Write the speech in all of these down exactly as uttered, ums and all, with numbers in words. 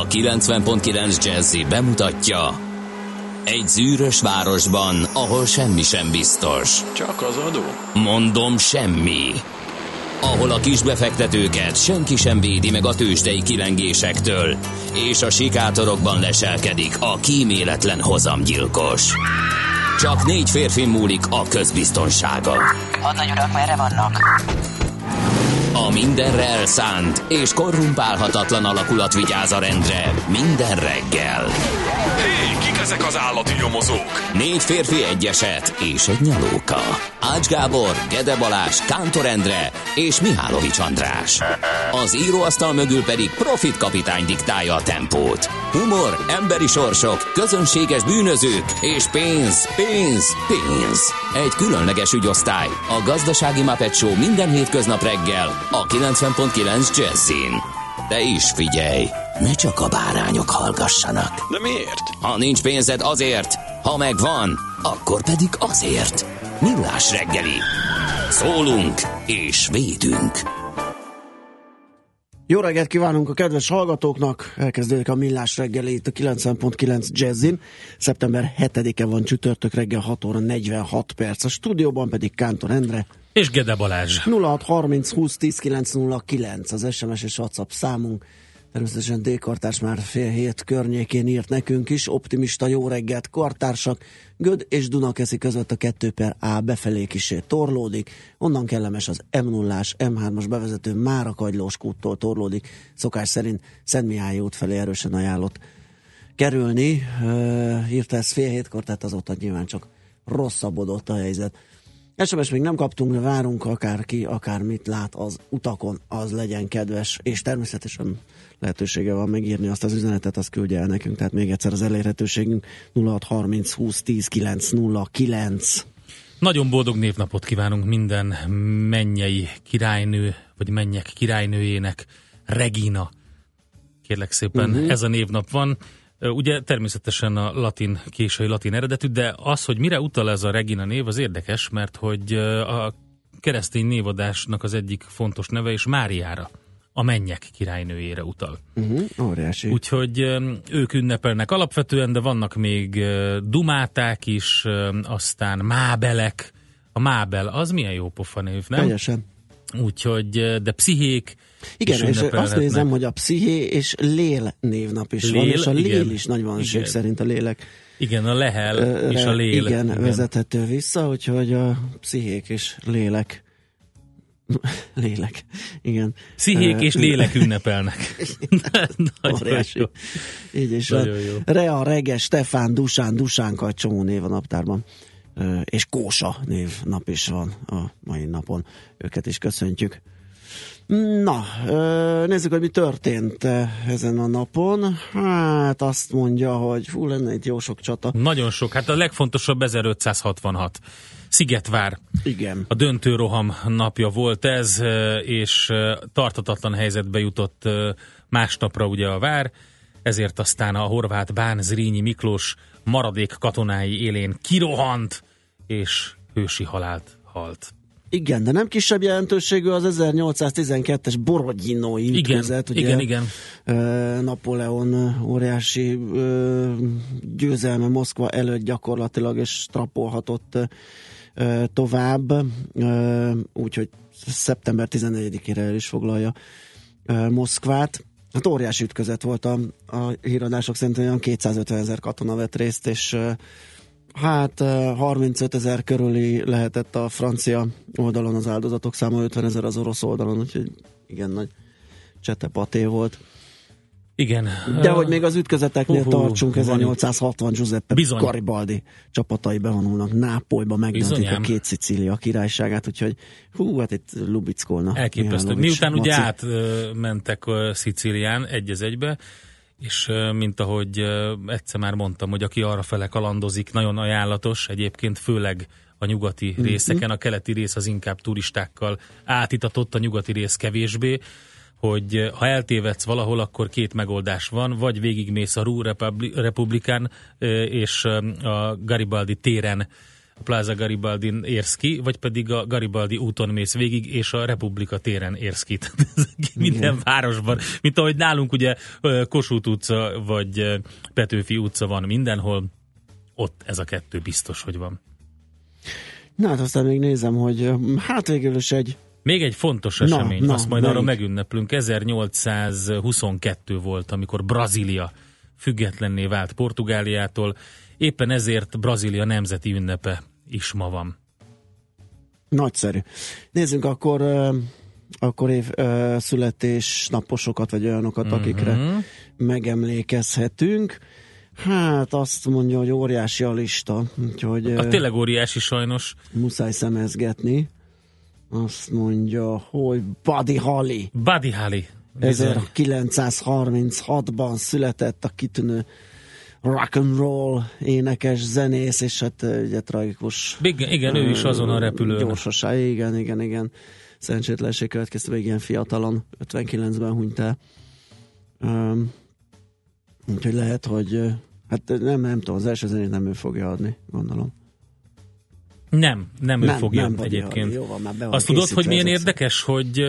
A kilencven pont kilenc Jazzy bemutatja: egy zűrös városban, ahol semmi sem biztos. Csak az adó? Mondom, semmi. Ahol a kisbefektetőket senki sem védi meg a tőzsdei kilengésektől, és a sikátorokban leselkedik a kíméletlen hozamgyilkos. Csak négy férfi múlik a közbiztonsága. Hadnagy urak, merre vannak? A mindenre elszánt és korrumpálhatatlan alakulat vigyáz a rendre minden reggel. Hé, kik ezek az állati nyomozók? Négy férfi, egy eset és egy nyalóka. Ács Gábor, Gede Balázs, Kántor Endre és Mihálovics András. Az íróasztal mögül pedig Profit kapitány diktálja a tempót. Humor, emberi sorsok, közönséges bűnözők és pénz, pénz, pénz. Egy különleges ügyosztály, a Gazdasági Muppet Show minden hétköznap reggel a kilencven pont kilenc Jazzin. De is figyelj, ne csak a bárányok hallgassanak. De miért? Ha nincs pénzed, azért, ha megvan, akkor pedig azért. Millás reggeli. Szólunk és védünk. Jó reggelt kívánunk a kedves hallgatóknak! Elkezdődik a Millás reggeli itt a kilencven pont kilenc Jazzin. szeptember hetedike van, csütörtök reggel hat óra negyvenhat perc. A stúdióban pedig Kántor Endre és Gede Balázs. nulla hat harminc húsz tíz kilenc nulla kilenc az es em es és WhatsApp számunk. Természetesen D-kartárs már fél hét környékén írt nekünk is. Optimista jó reggelt, kartársak. Göd és Dunakeszi között a kettő per A befelé kisé torlódik. Onnan kellemes az em nullás, em hármas bevezető Mára-Kagylós kúttól torlódik. Szokás szerint Szentmihályi út felé erősen ajánlott kerülni. Uh, írta ezt fél hétkor, tehát azóta nyilván csak rosszabbodott a helyzet. es em es még nem kaptunk, de várunk, akárki, akármit lát az utakon, az legyen kedves, és természetesen lehetősége van megírni azt az üzenetet, azt küldje el nekünk, tehát még egyszer az elérhetőségünk nulla hat harminc húsz tíz kilenc nulla kilenc. Nagyon boldog névnapot kívánunk minden mennyei királynő, vagy mennyek királynőjének, Regina. Kérlek szépen, uh-huh. Ez a névnap van. Ugye természetesen a latin, késői latin eredetű, de az, hogy mire utal ez a Regina név, az érdekes, mert hogy a keresztény névadásnak az egyik fontos neve is Máriára, a mennyek királynőjére utal. Uh-huh, óriási. Úgyhogy ők ünnepelnek alapvetően, de vannak még dumáták is, aztán mábelek. A mábel, az milyen jó pofa név, nem? Teljesen. Úgyhogy, de pszichék. Igen, és azt nézem, hogy a psziché és lél névnap is lél, van, és a lél igen, is nagy valószínűség szerint a lélek. Igen, a lehel uh, és a lél. Igen, igen, vezethető vissza, úgyhogy a psziché és lélek. Lélek, igen. Pszichék és lélek ünnepelnek. Nagyon jó. Így is van. Rea, Rege, Stefán, Dusán, Dusánka, egy csomó név a naptárban. És Kósa névnap is van a mai napon. Őket is köszöntjük. Na, nézzük, hogy mi történt ezen a napon. Hát azt mondja, hogy hú, lenne itt jó sok csata. Nagyon sok, hát a legfontosabb ezerötszázhatvanhat. Szigetvár. Igen. A döntő roham napja volt ez, és tartatatlan helyzetbe jutott másnapra ugye a vár, ezért aztán a horvát Bán Zrínyi Miklós maradék katonái élén kirohant, és hősi halált halt. Igen, de nem kisebb jelentőségű az ezernyolcszáztizenkettes Borodinói ütközet. Igen, ugye, igen, igen. Napóleon óriási győzelme Moszkva előtt gyakorlatilag, és strapolhatott tovább, úgyhogy szeptember tizennegyedikére el is foglalja Moszkvát. Hát óriási ütközet volt, a, a híradások szerint olyan kétszázötvenezer katona vett részt, és hát harmincötezer körüli lehetett a francia oldalon az áldozatok száma, ötvenezer az orosz oldalon, úgyhogy igen nagy csetepaté volt. Igen. De hogy még az ütközeteknél uh, tartsunk, uh, ezernyolcszázhatvan Giuseppe Bizony. Garibaldi csapatai bevonulnak Nápolyba, megdöntik a két Szicília királyságát, úgyhogy hú, hát itt lubickolna. Elképesztő. Miután Maci. Ugye átmentek Szicílián egy az egybe, és mint ahogy egyszer már mondtam, hogy aki arra fele kalandozik, nagyon ajánlatos, egyébként főleg a nyugati mm-hmm. részeken, a keleti rész az inkább turistákkal átitatott, a nyugati rész kevésbé, hogy ha eltévedsz valahol, akkor két megoldás van, vagy végigmész a Rue Republikán és a Garibaldi téren a Plaza Garibaldin érsz ki, vagy pedig a Garibaldi úton mész végig, és a Republika téren érsz ki. Minden városban, mint ahogy nálunk ugye Kossuth utca, vagy Petőfi utca van mindenhol, ott ez a kettő biztos, hogy van. Na hát aztán még nézem, hogy hát végül is egy még egy fontos esemény, na, azt na, majd melyik? arra megünneplünk. ezernyolcszázhuszonkettő volt, amikor Brazília függetlenné vált Portugáliától, éppen ezért Brazília nemzeti ünnepe is ma van. Nagyszerű. Nézzünk akkor, uh, akkor év uh, születésnaposokat, vagy olyanokat, mm-hmm. akikre megemlékezhetünk. Hát azt mondja, hogy óriási a lista, úgyhogy a tényleg óriási sajnos. Muszáj szemezgetni. Azt mondja, hogy Buddy Holly. Buddy Holly. ezerkilencszázharminchatban született a kitűnő rock and roll énekes, zenész, és hát ugye tragikus. Igen, igen ő is azon a repülőn. Gyorsaság, igen, igen, igen. Szerencsétlenség következtében igen fiatalon, ötvenkilencben hunyt el. Um, úgyhogy lehet, hogy hát nem, nem tudom, az első zenét nem ő fogja adni, gondolom. Nem, nem ő nem, fogja nem egyébként. Jó, van, már be van. Azt tudod, hogy milyen érdekes, hogy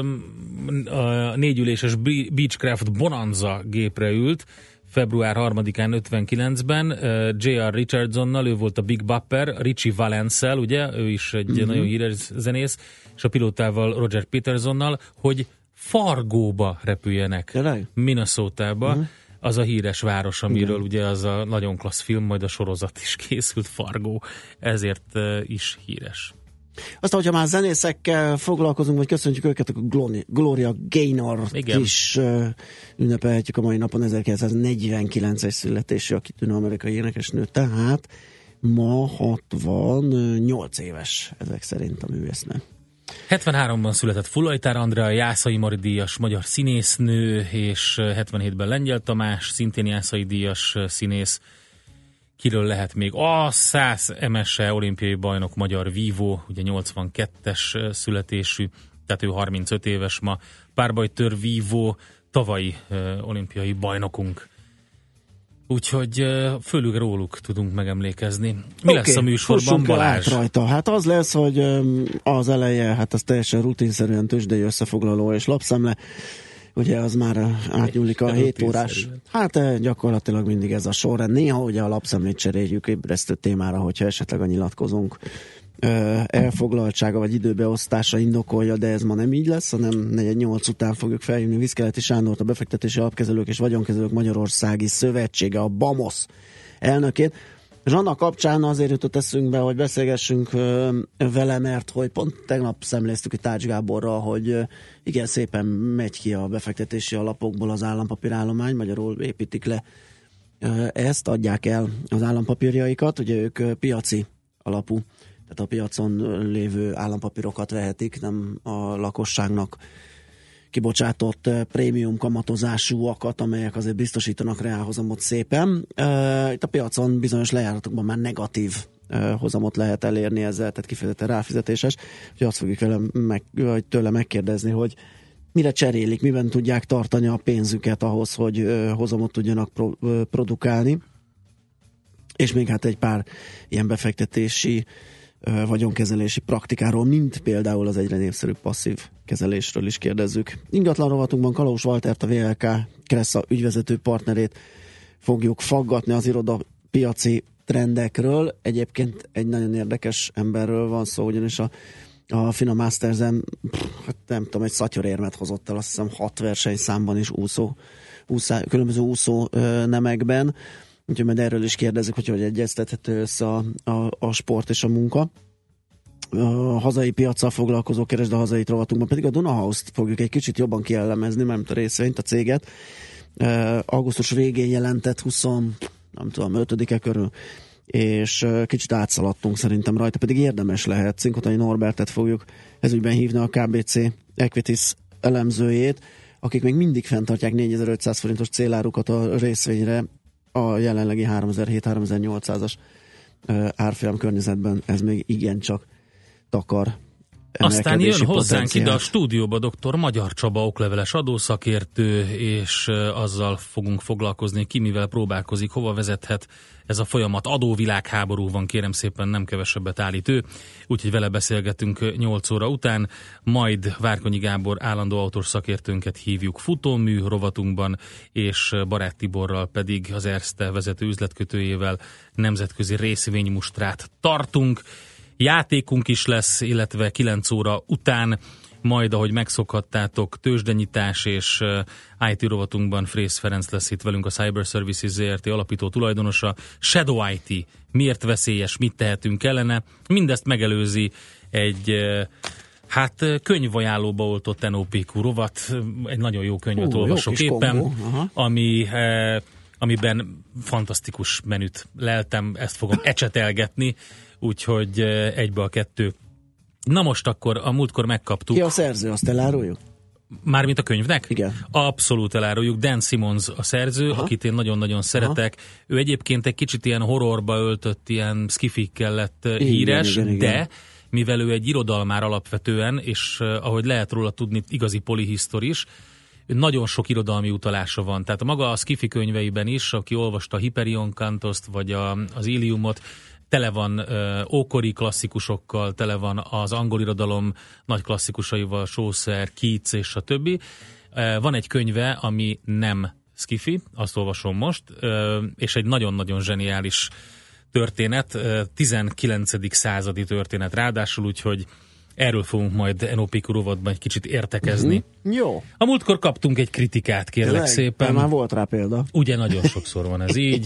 a négyüléses Beechcraft Bonanza gépre ült február harmadikán ötvenkilencben jé er Richardsonnal, ő volt a Big Bopper, Richie Valence-el, ugye, ő is egy uh-huh. nagyon híres zenész, és a pilótával Roger Petersonnal, hogy Fargóba repüljenek, Tényleg? Minnesotába. Uh-huh. Az a híres város, amiről igen. ugye az a nagyon klassz film, majd a sorozat is készült, Fargo, ezért uh, is híres. Aztán, hogyha már zenészekkel foglalkozunk, vagy köszöntjük őket, akkor Gloria Gaynor is uh, ünnepelhetjük a mai napon, ezerkilencszáznegyvenkilences születésű, a kitűnő amerikai énekesnő, tehát ma hatvannyolc éves ezek szerint a művésznő. hetvenháromban született Fullajtár Andrea, Jászai Mari díjas magyar színésznő, és hetvenhétben Lengyel Tamás, szintén Jászai díjas színész. Kiről lehet még? A száz emese olimpiai bajnok magyar vívó, ugye nyolcvankettes születésű, tehát ő harmincöt éves ma. Párbajtőr vívó, tavalyi uh, olimpiai bajnokunk. Úgyhogy uh, főleg róluk tudunk megemlékezni. Mi okay, lesz a műsorban, Balázs? Rajta. Hát az lesz, hogy um, az eleje, hát az teljesen rutinszerűen tőzsdei összefoglaló és lapszemle. Ugye az már átnyúlik a hét órás. Hát gyakorlatilag mindig ez a sorrend. Néha ugye a lapszemlét cseréljük ébresztő témára, hogyha esetleg a nyilatkozónk elfoglaltsága vagy időbeosztása indokolja, de ez ma nem így lesz, hanem negyven nyolc után fogjuk felhívni Viszkeleti Sándort, a Befektetési Alapkezelők és Vagyonkezelők Magyarországi Szövetsége, a BAMOSZ elnökét. És annak kapcsán azért jutott eszünkbe, hogy beszélgessünk vele, mert hogy pont tegnap szemléztük itt Ács Gáborral, hogy igen, szépen megy ki a befektetési alapokból az állampapírállomány, magyarul építik le ezt, adják el az állampapírjaikat, ugye ők piaci alapú, tehát a piacon lévő állampapírokat vehetik, nem a lakosságnak kibocsátott prémium kamatozásúakat, amelyek azért biztosítanak reálhozamot szépen. Itt a piacon bizonyos lejáratokban már negatív hozamot lehet elérni ezzel, tehát kifejezetten ráfizetéses. Úgyhogy azt fogjuk vele meg, vagy tőle megkérdezni, hogy mire cserélik, miben tudják tartani a pénzüket ahhoz, hogy hozamot tudjanak pro, produkálni. És még hát egy pár ilyen befektetési vagyonkezelési praktikáról, mint például az egyre népszerűbb passzív kezelésről is kérdezzük. Ingatlan rovatunkban Kalós Waltert, a vé el ká Kressa ügyvezető partnerét fogjuk faggatni az iroda piaci trendekről. Egyébként egy nagyon érdekes emberről van szó, ugyanis a, a Fina Masters-en hát nem tudom, egy szatyorérmet hozott el, azt hiszem hat versenyszámban is úszó, úszá, különböző úszó ö, nemekben. Úgyhogy majd erről is kérdezzük, hogy hogy egyeztethető össze a, a, a sport és a munka. A hazai piaccal foglalkozó Keresd a hazait rovatunkban pedig a Dunahouse-t fogjuk egy kicsit jobban kielemezni, mert a részvényt, a céget. Uh, augusztus végén jelentett húsz, nem tudom, ötödike körül, és uh, kicsit átszaladtunk szerintem rajta, pedig érdemes lehet. Cinkotai Norbertet fogjuk ezügyben hívni, a ká bé cé Equities elemzőjét, akik még mindig fenntartják négyezer-ötszáz forintos célárukat a részvényre, a jelenlegi háromezer-hétszáz-háromezer-nyolcszázas uh, árfolyam környezetben ez még igencsak takar Aztán jön hozzánk ide a stúdióba doktor Magyar Csaba, okleveles adószakértő, és azzal fogunk foglalkozni, ki mivel próbálkozik, hova vezethet ez a folyamat. Adóvilágháború van, kérem szépen, nem kevesebbet állít ő, úgyhogy vele beszélgetünk nyolc óra után, majd Várkonyi Gábor állandó autós szakértőnket hívjuk futómű rovatunkban, és Barát Tiborral pedig az Erste vezető üzletkötőjével nemzetközi részvénymustrát tartunk. Játékunk is lesz, illetve kilenc óra után, majd, ahogy megszokhattátok, tőzsdenyítás, és uh, i té rovatunkban Frész Ferenc lesz itt velünk, a Cyber Services zé er té alapító tulajdonosa. Shadow i té, miért veszélyes, mit tehetünk ellene? Mindezt megelőzi egy uh, hát könyvajánlóba oltott en o pé kú rovat, egy nagyon jó könyvet uh, olvasok éppen, ami... Uh, amiben fantasztikus menüt leltem, ezt fogom ecsetelgetni, úgyhogy egybe a kettő. Na most akkor a múltkor megkaptuk. Ki a szerző, azt eláruljuk? Mármint a könyvnek? Igen. Abszolút eláruljuk. Dan Simmons a szerző, aha, akit én nagyon-nagyon szeretek. Aha. Ő egyébként egy kicsit ilyen horrorba öltött, ilyen skifikkel lett igen, híres, igen, igen, de igen. mivel ő egy irodalmár alapvetően, és uh, ahogy lehet róla tudni, igazi polihisztoris, nagyon sok irodalmi utalása van. Tehát maga a skifi könyveiben is, aki olvasta a Hyperion Kantoszt, vagy a, az Iliumot, tele van ö, ókori klasszikusokkal, tele van az angol irodalom nagy klasszikusaival, Chaucer, Keats és a többi. Ö, van egy könyve, ami nem skifi, azt olvasom most, ö, és egy nagyon-nagyon zseniális történet, ö, tizenkilencedik századi történet ráadásul, úgyhogy erről fogunk majd en o pé kú rovatban egy kicsit értekezni. Uh-huh. Jó. A múltkor kaptunk egy kritikát, kérlek Leg, szépen. Már volt rá példa. Ugye nagyon sokszor van ez így.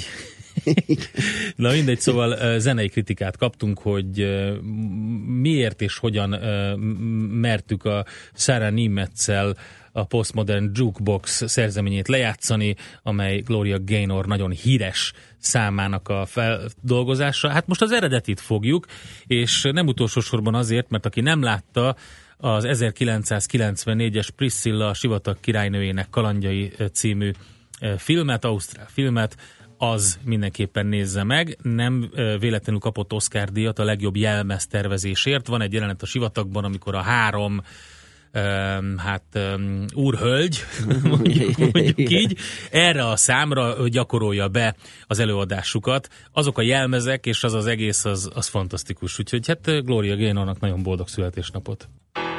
Na mindegy, szóval zenei kritikát kaptunk, hogy miért és hogyan mertük a Sarah Nimetzel a Postmodern Jukebox szerzeményét lejátszani, amely Gloria Gaynor nagyon híres számának a feldolgozása. Hát most az eredetit fogjuk, és nem utolsó sorban azért, mert aki nem látta az ezerkilencszázkilencvennégyes Priscilla, a Sivatag királynőjének kalandjai című filmet, ausztrál filmet, az mindenképpen nézze meg. Nem véletlenül kapott Oscar-díjat a legjobb jelmeztervezésért. Van egy jelenet a sivatagban, amikor a három Um, hát um, úrhölgy, mondjuk, mondjuk így, erre a számra gyakorolja be az előadásukat. Azok a jelmezek, és az az egész, az, az fantasztikus. Úgyhogy hát Gloria Gaynornak nagyon boldog születésnapot.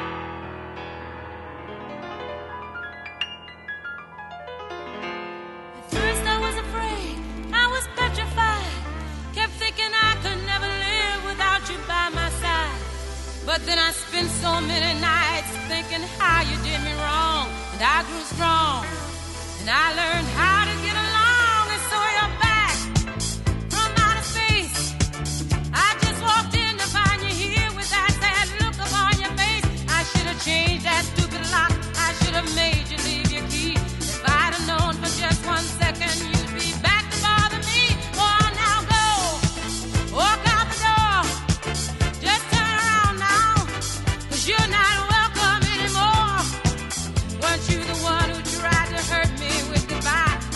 But then I spent so many nights thinking how you did me wrong, and I grew strong, and I learned how to get along, and so you're back from outer space. I just walked in to find you here with that sad look upon your face. I should have changed that stupid lock. I should have made you leave your key. If I'd have known for just one second you'd be back to bother me. Oh, now go, walk out the door. Just turn around now, 'cause you're not welcome anymore. Weren't you the one who tried to hurt me with goodbye?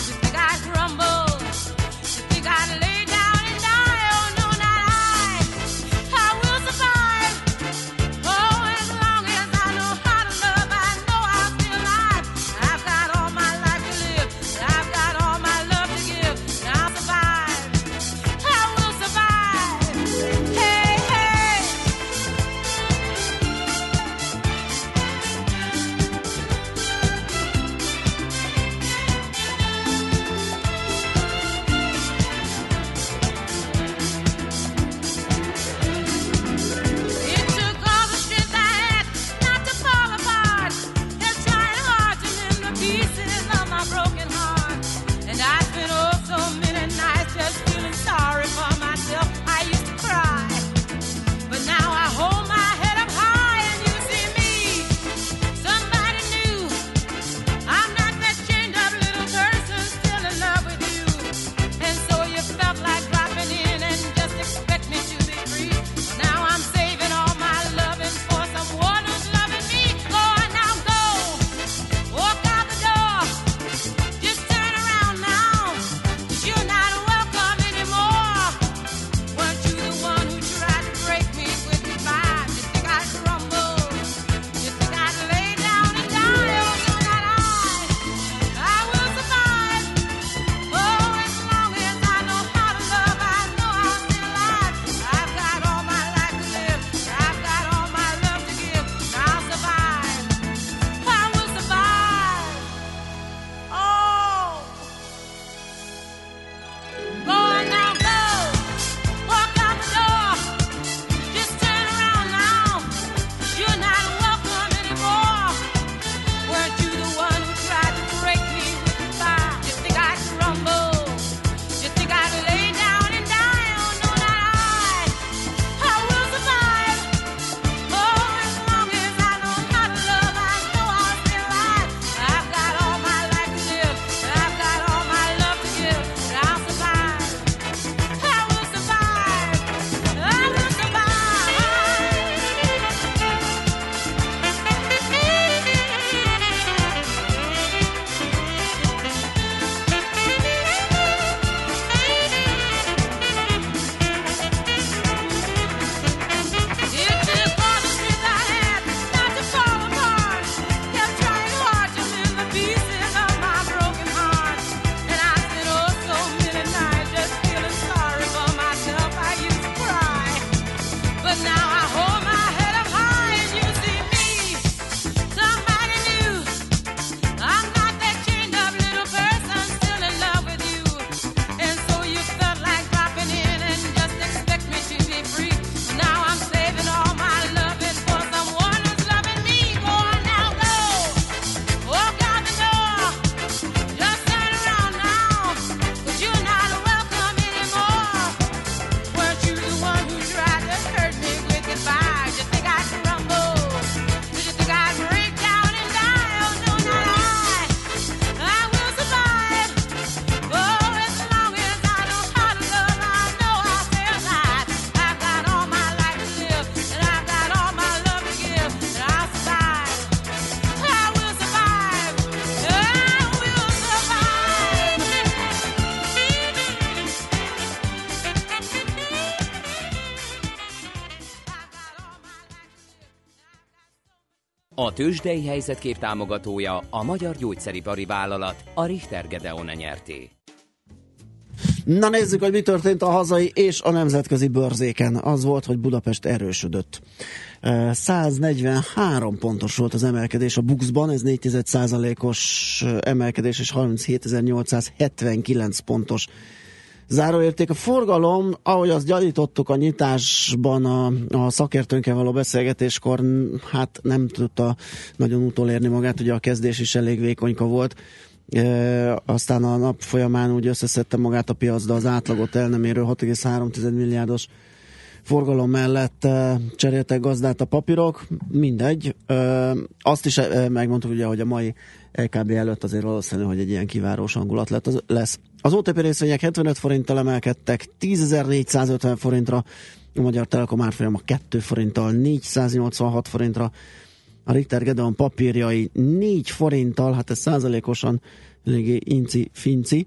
A tőzsdei helyzetkép támogatója a Magyar Gyógyszeripari Vállalat, a Richter Gedeon nyerté. Na nézzük, hogy mi történt a hazai és a nemzetközi bőrzéken. Az volt, hogy Budapest erősödött. száznegyvenhárom pontos volt az emelkedés a bukszban, ez négy egész egy százalékos emelkedés, és harminchét.nyolcszázhetvenkilenc pontos záróérték. A forgalom, ahogy azt gyanítottuk a nyitásban a, a szakértőnkkel való beszélgetéskor, hát nem tudta nagyon utolérni magát, ugye a kezdés is elég vékonyka volt. E, aztán a nap folyamán úgy összeszedte magát a piac, de az átlagot el nem érő hat egész három milliárdos forgalom mellett e, cseréltek gazdát a papírok, mindegy. E, azt is e, megmondtuk ugye, hogy a mai é ká bé előtt azért valószínű, hogy egy ilyen kivárós hangulat lett, az, lesz. Az o té pé részvények hetvenöt forinttal emelkedtek, tízezer-négyszázötven forintra, a Magyar Telekom árfolyama két forinttal, négyszáznyolcvanhat forintra, a Richter Gedeon papírjai négy forinttal, hát ez százalékosan eléggé inci-finci,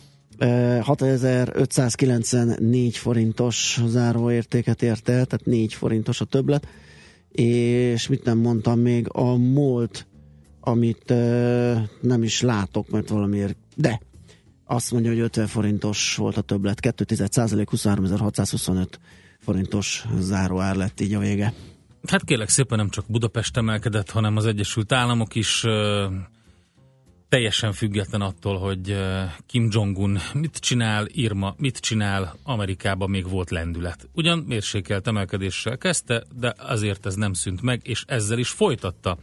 hatezer-ötszázkilencvennégy forintos záróértéket ért el, tehát négy forintos a többlet, és mit nem mondtam még, a MOLT, amit nem is látok, mert valamiért, de azt mondja, hogy ötven forintos volt a többlet, két egész százalék, huszonháromezer-hatszázhuszonöt forintos záróár lett így a vége. Hát kérlek szépen nem csak Budapest emelkedett, hanem az Egyesült Államok is ö, teljesen független attól, hogy ö, Kim Jong-un mit csinál, Irma mit csinál, Amerikában még volt lendület. Ugyan mérsékelt emelkedéssel kezdte, de azért ez nem szűnt meg, és ezzel is folytatta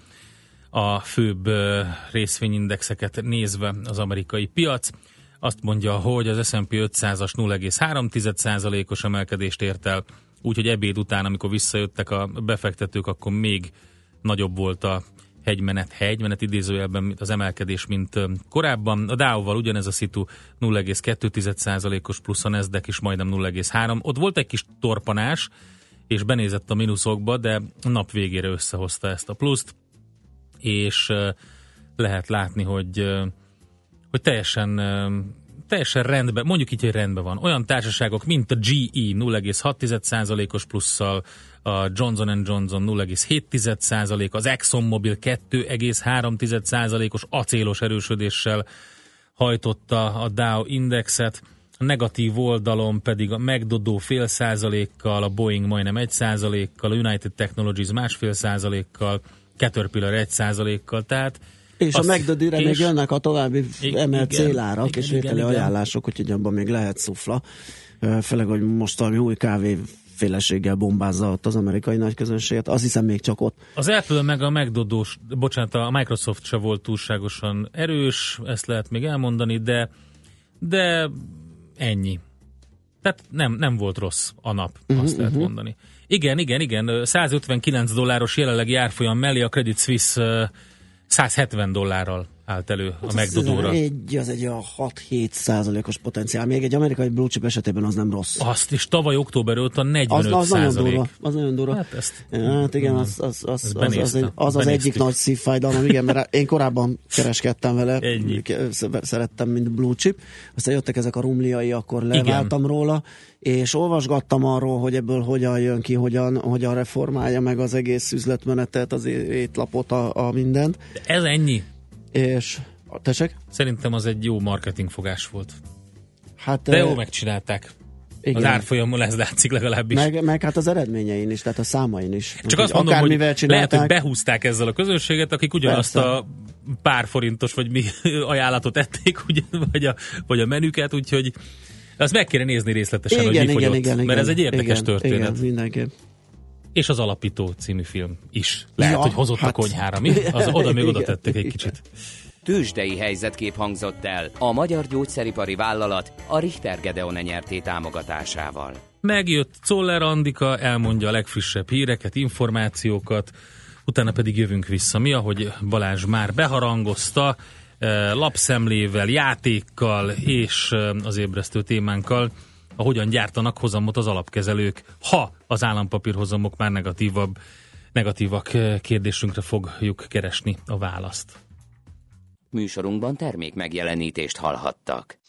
a főbb ö, részvényindexeket nézve az amerikai piac. Azt mondja, hogy az es and pé ötszázas nulla egész három százalékos emelkedést ért el, úgyhogy ebéd után, amikor visszajöttek a befektetők, akkor még nagyobb volt a hegymenet, hegymenet idézőjelben az emelkedés, mint korábban. A Dow-val ugyanez a szitu nulla egész kettő százalékos plusz, a Nasdaq is majdnem nulla egész három. Ott volt egy kis torpanás, és benézett a mínuszokba, de nap végére összehozta ezt a pluszt, és lehet látni, hogy, hogy teljesen teljesen rendben, mondjuk így, hogy rendben van. Olyan társaságok, mint a gé é nulla egész hat százalékos plusszal, a Johnson and Johnson nulla egész hét százalék, az ExxonMobil két egész három százalékos acélos erősödéssel hajtotta a Dow indexet, a negatív oldalon pedig a McDodo fél százalékkal, a Boeing majdnem egy százalékkal, a United Technologies másfél százalékkal, Caterpillar egy százalékkal, tehát és azt, a McDodo-re még jönnek a további emelt igen, célárak igen, és vételi ajánlások, úgyhogy abban még lehet szufla. Főleg, hogy most valami új kávéféleséggel bombázza ott az amerikai nagyközönséget. Azt hiszem még csak ott. Az Apple meg a McDodo, bocsánat, a Microsoft se volt túlságosan erős, ezt lehet még elmondani, de, de ennyi. Tehát nem, nem volt rossz a nap, azt uh-huh, lehet mondani. Igen, igen, igen, százötvenkilenc dolláros jelenlegi árfolyam mellé a Credit Suisse százhetven dollárral állt elő a McDodo-ra. Egy, az egy a hat-hét százalékos potenciál. Még egy amerikai blue chip esetében az nem rossz. Azt is tavaly október óta negyvenöt az, az százalék. Nagyon durva, az nagyon durva. Hát, ezt, hát igen, az az, az, az, az, az, egy, az, az egyik nagy szívfájdalom. Igen, mert én korábban kereskedtem vele. Ennyi. Szerettem, mint blue chip. Aztán jöttek ezek a rumliai, akkor leváltam igen. róla, és olvasgattam arról, hogy ebből hogyan jön ki, hogyan, hogyan reformálja meg az egész üzletmenetet, az étlapot, a, a mindent. De ez ennyi. És tessék? Szerintem az egy jó marketingfogás volt. Hát, de jó megcsinálták. Igen. Az árfolyamon ez látszik legalábbis. Meg, meg hát az eredményein is, tehát a számain is. Csak úgy, azt mondom, hogy lehet, hogy behúzták ezzel a közönséget, akik ugyanazt Persze. a pár forintos vagy mi ajánlatot ették, ugye, vagy, a, vagy a menüket, úgyhogy azt meg kéne nézni részletesen, igen, hogy mi igen, fogyott, igen, mert igen, ez egy érdekes igen, történet. Igen, mindenképp. És az Alapító című film is. Lehet, ja, hogy hozott hát... a konyhára, mi? Az, oda még oda tették egy kicsit. Tőzsdei helyzetkép hangzott el a Magyar Gyógyszeripari Vállalat a Richter Gedeon nyerté támogatásával. Megjött Czoller Andika, elmondja a legfrissebb híreket, információkat, utána pedig jövünk vissza. Mi, ahogy Balázs már beharangozta, lapszemlével, játékkal és az ébresztő témánkkal, a hogyan gyártanak hozamot az alapkezelők, ha az állampapírhozamok már negatívabb, negatívak, kérdésünkre fogjuk keresni a választ. Műsorunkban termék megjelenítést hallhattak.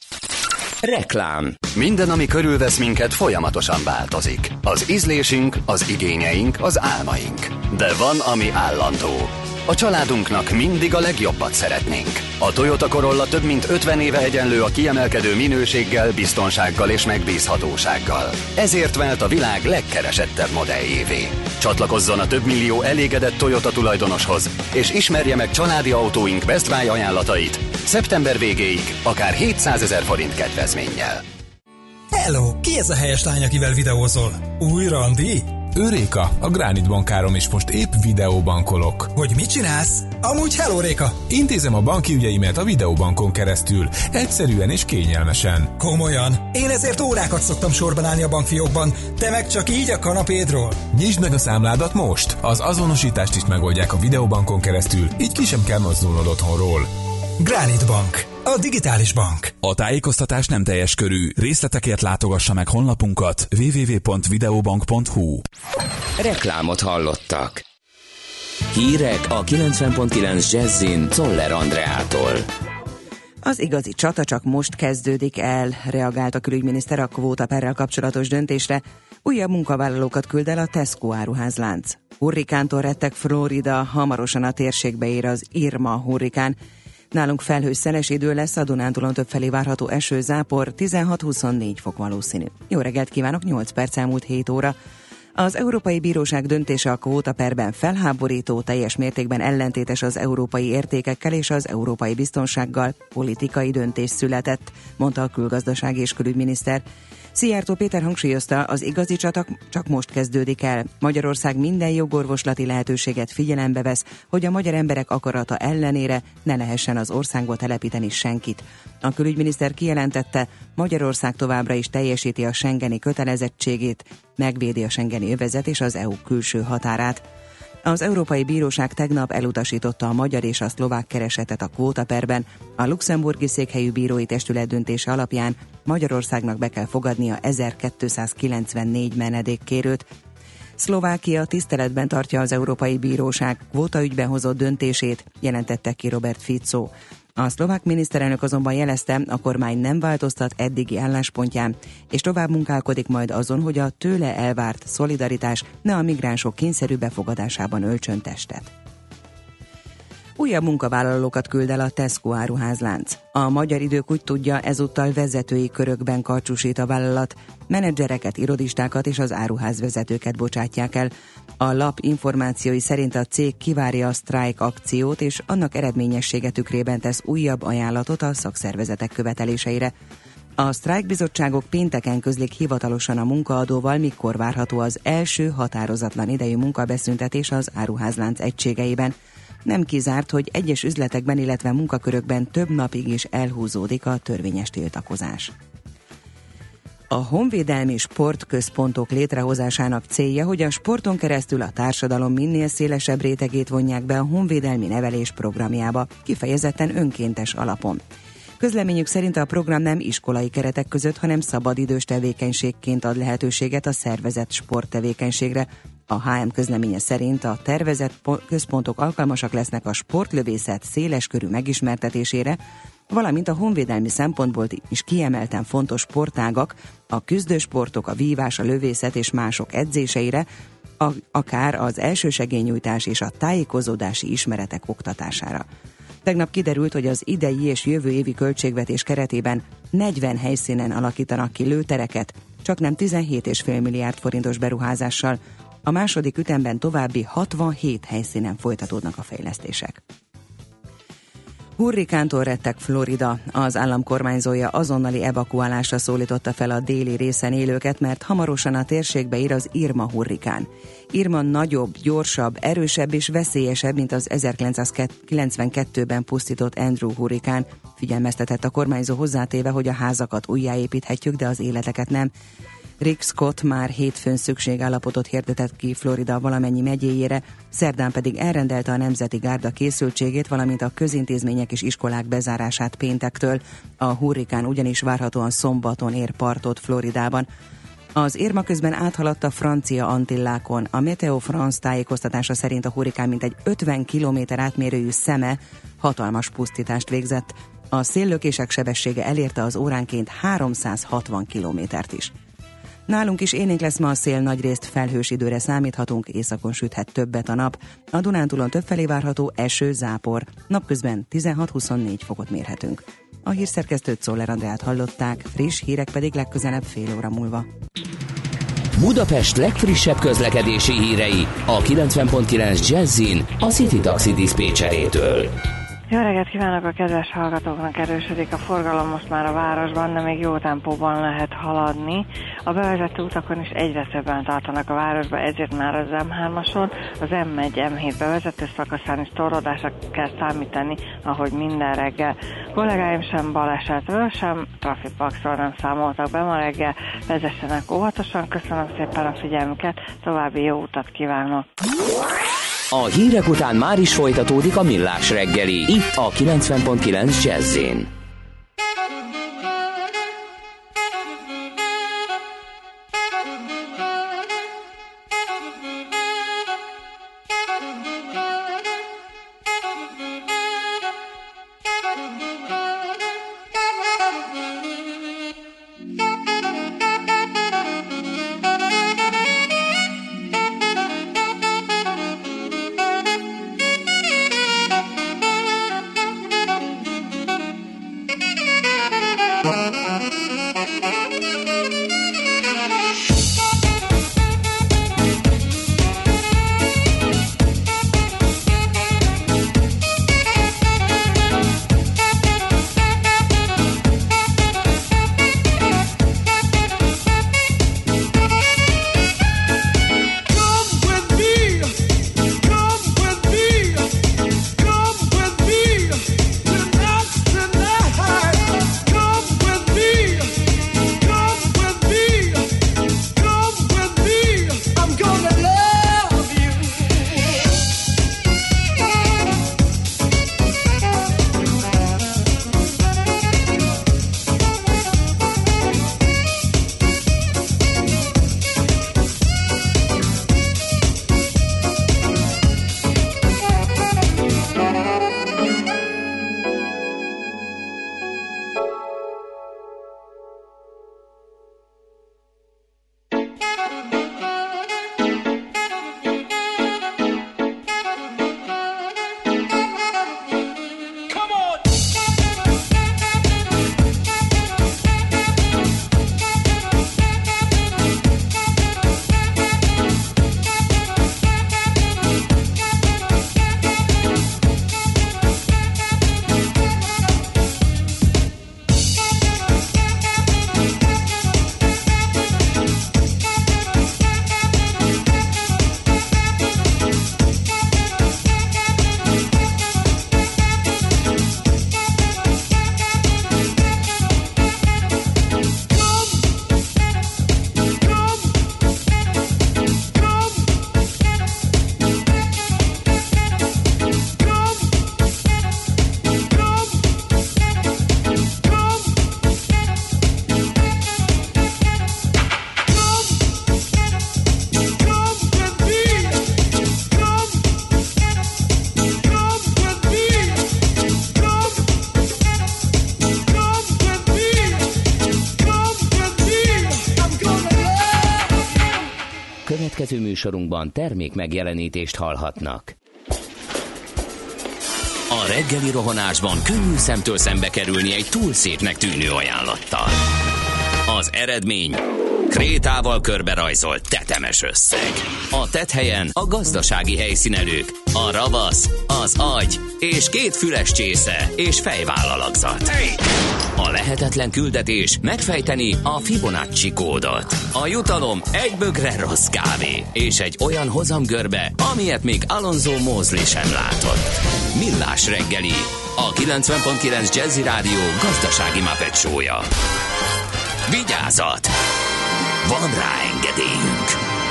Reklám. Minden, ami körülvesz minket, folyamatosan változik. Az ízlésünk, az igényeink, az álmaink. De van, ami állandó. A családunknak mindig a legjobbat szeretnénk. A Toyota Corolla több mint ötven éve egyenlő a kiemelkedő minőséggel, biztonsággal és megbízhatósággal. Ezért vált a világ legkeresettebb modelljévé. Csatlakozzon a több millió elégedett Toyota tulajdonoshoz, és ismerje meg családi autóink Best Buy ajánlatait szeptember végéig akár hétszázezer forint kedvezménnyel. Hello! Ki ez a helyes lány, akivel videózol? Új randi? Ő Réka, a Granite bankárom, és most épp videóbankolok. Hogy mit csinálsz? Amúgy hello, Réka! Intézem a banki ügyeimet a videóbankon keresztül, egyszerűen és kényelmesen. Komolyan? Én ezért órákat szoktam sorban állni a bankfiókban, te meg csak így a kanapédról. Nyisd meg a számládat most! Az azonosítást is megoldják a videóbankon keresztül, így ki sem kell mozdulnod otthonról. Granite Bank, a digitális bank. A tájékoztatás nem teljes körű. Részletekért látogassa meg honlapunkat double-u double-u double-u pont videobank pont hu. Reklámot hallottak. Hírek a kilencven pont kilenc Jazzin Czoller Andreától. Az igazi csata csak most kezdődik el, reagált a külügyminiszter a kvótaperrel kapcsolatos döntésre. Újabb munkavállalókat küld el a Tesco áruházlánc. Hurrikántól rettek Florida, hamarosan a térségbe ér az Irma hurrikán. Nálunk felhős szeles idő lesz, a Dunántúlon többfelé várható eső, zápor, tizenhat-huszonnégy fok valószínű. Jó reggelt kívánok, nyolc perc elmúlt hét óra. Az Európai Bíróság döntése a kvótaperben felháborító, teljes mértékben ellentétes az európai értékekkel és az európai biztonsággal, politikai döntés született, mondta a külgazdasági és külügyminiszter. Szijjártó Péter hangsúlyozta, az igazi csata csak most kezdődik el. Magyarország minden jogorvoslati lehetőséget figyelembe vesz, hogy a magyar emberek akarata ellenére ne lehessen az országba telepíteni senkit. A külügyminiszter kijelentette, Magyarország továbbra is teljesíti a schengeni kötelezettségét, megvédi a schengeni övezet és az é u külső határát. Az Európai Bíróság tegnap elutasította a magyar és a szlovák keresetet a kvótaperben. A luxemburgi székhelyű bírói testület döntése alapján Magyarországnak be kell fogadnia ezerkétszázkilencvennégy menedékkérőt. Szlovákia tiszteletben tartja az Európai Bíróság kvótaügyben hozott döntését, jelentette ki Robert Fico. A szlovák miniszterelnök azonban jelezte, a kormány nem változtat eddigi álláspontján, és tovább munkálkodik majd azon, hogy a tőle elvárt szolidaritás ne a migránsok kényszerű befogadásában öltsön testet. Újabb munkavállalókat küld el a Tesco áruházlánc. A Magyar Idők úgy tudja, ezúttal vezetői körökben karcsúsít a vállalat, menedzsereket, irodistákat és az áruházvezetőket bocsátják el. A lap információi szerint a cég kivárja a sztrájk akciót, és annak eredményessége tükrében tesz újabb ajánlatot a szakszervezetek követeléseire. A sztrájkbizottságok pénteken közlik hivatalosan a munkaadóval, mikor várható az első határozatlan idejű munkabeszüntetés az áruházlánc egységeiben. Nem kizárt, hogy egyes üzletekben, illetve munkakörökben több napig is elhúzódik a törvényes tiltakozás. A honvédelmi sportközpontok létrehozásának célja, hogy a sporton keresztül a társadalom minél szélesebb rétegét vonják be a honvédelmi nevelés programjába, kifejezetten önkéntes alapon. Közleményük szerint a program nem iskolai keretek között, hanem szabadidős tevékenységként ad lehetőséget a szervezett sporttevékenységre. A há em közleménye szerint a tervezett központok alkalmasak lesznek a sportlövészet széleskörű megismertetésére, valamint a honvédelmi szempontból is kiemelten fontos sportágak, a küzdősportok, a vívás, a lövészet és mások edzéseire, a, akár az elsősegélynyújtás és a tájékozódási ismeretek oktatására. Tegnap kiderült, hogy az idei és jövő évi költségvetés keretében negyven helyszínen alakítanak ki lőtereket, csaknem tizenhét egész öt milliárd forintos beruházással. A második ütemben további hatvanhét helyszínen folytatódnak a fejlesztések. Hurrikántól rettek Florida. Az állam kormányzója azonnali evakuálásra szólította fel a déli részen élőket, mert hamarosan a térségbe ér az Irma hurrikán. Irma nagyobb, gyorsabb, erősebb és veszélyesebb, mint az ezerkilencszázkilencvenkettőben pusztított Andrew hurrikán. Figyelmeztetett a kormányzó, hozzátéve, hogy a házakat újjáépíthetjük, de az életeket nem. Rick Scott már hétfőn szükségállapotot hirdetett ki Florida valamennyi megyéjére, szerdán pedig elrendelte a Nemzeti Gárda készültségét, valamint a közintézmények és iskolák bezárását péntektől. A hurrikán ugyanis várhatóan szombaton ér partot Floridában. Az Irma közben áthaladt a francia Antillákon. A Meteo France tájékoztatása szerint a hurrikán mintegy ötven kilométer átmérőjű szeme hatalmas pusztítást végzett. A széllökések sebessége elérte az óránként háromszázhatvan kilométert is. Nálunk is élénk lesz ma a szél, nagyrészt felhős időre számíthatunk, északon süthet többet a nap. A Dunántúlon többfelé várható eső, zápor. Napközben tizenhat-huszonnégy fokot mérhetünk. A hírszerkesztőt, Czoller Andreát hallották, friss hírek pedig legközelebb fél óra múlva. Budapest legfrissebb közlekedési hírei a kilencven pont kilenc Jazzin a City Taxi diszpécserétől. Jó reggelt kívánok a kedves hallgatóknak, erősödik a forgalom most már a városban, de még jó tempóban lehet haladni. A bevezető utakon is egyre többen tartanak a városba, ezért már az em hármason, az em egy em hét bevezető szakaszán is torlódásra kell számítani, ahogy minden reggel. Kollégáim sem balesetről, sem trafikpaxról nem számoltak be ma reggel, vezessenek óvatosan, köszönöm szépen a figyelmüket, további jó utat kívánok! A hírek után már is folytatódik a Millás reggeli, itt a kilencven pont kilenc Jazzin. Következő műsorunkban termék megjelenítést hallhatnak. A reggeli rohanásban könnyű szemtől szembe kerülni egy túl szépnek tűnő ajánlattal. Az eredmény krétával körberajzolt tetemes összeg. A tetthelyen a gazdasági helyszínelők, a ravasz, az agy és két füles csésze és fejvállalakzat. A lehetetlen küldetés megfejteni a Fibonacci kódot. A jutalom egy bögre rossz kávé és egy olyan hozamgörbe, amilyet még Alonso Mosley sem látott. Millás reggeli, a kilencven pont kilenc Jazzy Rádió gazdasági Muppet show-ja. Vigyázat! Van rá engedélyünk!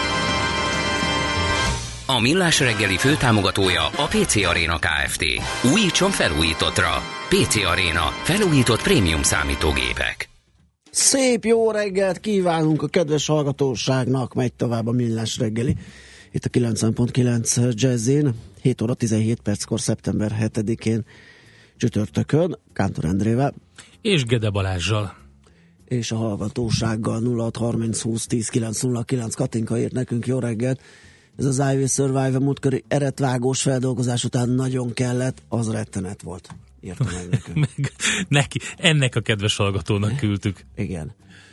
A Millás reggeli főtámogatója a pé cé Arena Kft. Újítson felújítottra. pé cé Arena. Felújított prémium számítógépek. Szép jó reggelt kívánunk a kedves hallgatóságnak, megy tovább a Millás reggeli. Itt a kilencven pont kilenc Jazzin, hét óra tizenhét perckor szeptember hetedikén csütörtökön, Kántor Endrével. És Gede Balázsral. és a hallgatósággal. Nulla hat harminc húsz tíz kilenc nulla kilenc. Katinka írt nekünk, jó reggelt. Ez az I Will Survive múltkori eretvágós feldolgozás után nagyon kellett, az rettenet volt. Írta meg nekünk. meg neki, ennek a kedves hallgatónak küldtük. Igen.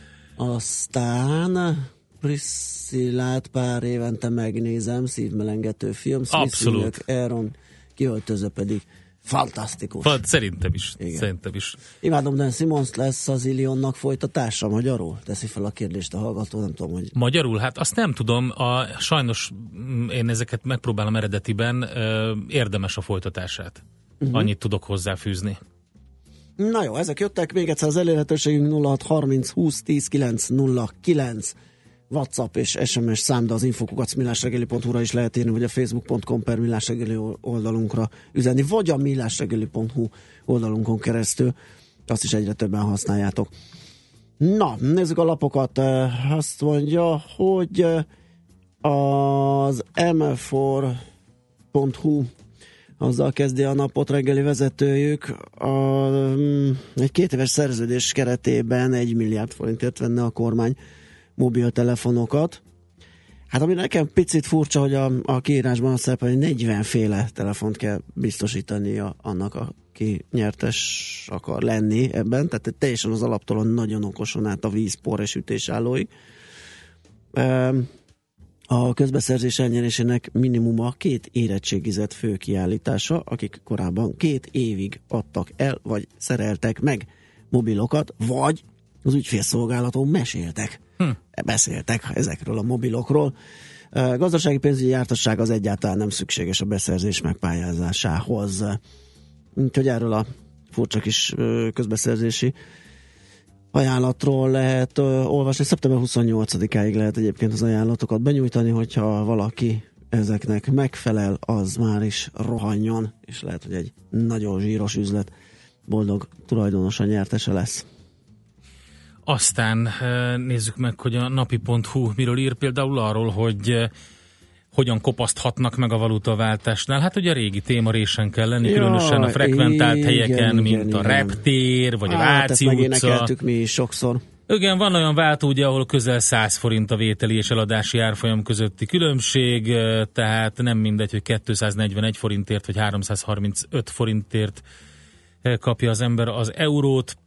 Aztán Priscillát pár évente megnézem, szívmelengető film. Abszolút. Aaron kiöltöző pedig fantasztikus. Fant, szerintem is. Igen. Szerintem is. Imádom, Dan Simmons lesz az Illionnak folytatása magyarul? Teszi fel a kérdést a hallgató, nem tudom, hogy... Magyarul? Hát azt nem tudom. A, sajnos én ezeket megpróbálom eredetiben, érdemes a folytatását. Uh-huh. Annyit tudok hozzáfűzni. Na jó, ezek jöttek. Még egyszer az elérhetőségünk nulla hat harminc húsz tíz kilenc nulla kilenc. WhatsApp és es em es szám, de az infokukat millásreggeli pont hu-ra is lehet írni, vagy a facebook pont com per millásreggeli oldalunkra üzenni, vagy a millásreggeli pont hu oldalunkon keresztül. Azt is egyre többen használjátok. Na, nézzük a lapokat. Azt mondja, hogy az em f négy pont hu azzal kezdi a napot reggeli vezetőjük. A, egy két éves szerződés keretében egy milliárd forintért venne a kormány mobiltelefonokat. Hát ami nekem picit furcsa, hogy a, a kiírásban azt szerepel, hogy negyven féle telefont kell biztosítania annak, aki nyertes akar lenni ebben, tehát teljesen az alaptól nagyon okosan át a víz, por és ütésállóig. A közbeszerzés elnyerésének minimuma két érettségizett fő kiállítása, akik korábban két évig adtak el, vagy szereltek meg mobilokat, vagy az ügyfélszolgálaton meséltek, hm. beszéltek ezekről a mobilokról. A gazdasági pénzügyi jártasság az egyáltalán nem szükséges a beszerzés megpályázásához. Úgyhogy erről a furcsa kis közbeszerzési ajánlatról lehet olvasni. szeptember huszonnyolcadikáig lehet egyébként az ajánlatokat benyújtani, hogyha valaki ezeknek megfelel, az már is rohanjon, és lehet, hogy egy nagyon zsíros üzlet boldog tulajdonosa, nyertese lesz. Aztán nézzük meg, hogy a napi pont hu miről ír, például arról, hogy hogyan kopaszthatnak meg a valutaváltásnál. Hát ugye a régi témarésen kell lenni, ja, különösen a frekventált igen, helyeken, igen, mint igen. a reptér, vagy a Váci utca. Ezt megénekeltük mi is sokszor. Igen, van olyan váltó, ugye, ahol közel száz forint a vételi és eladási árfolyam közötti különbség, tehát nem mindegy, hogy kétszáznegyvenegy forintért, vagy háromszázharmincöt forintért kapja az ember az eurót,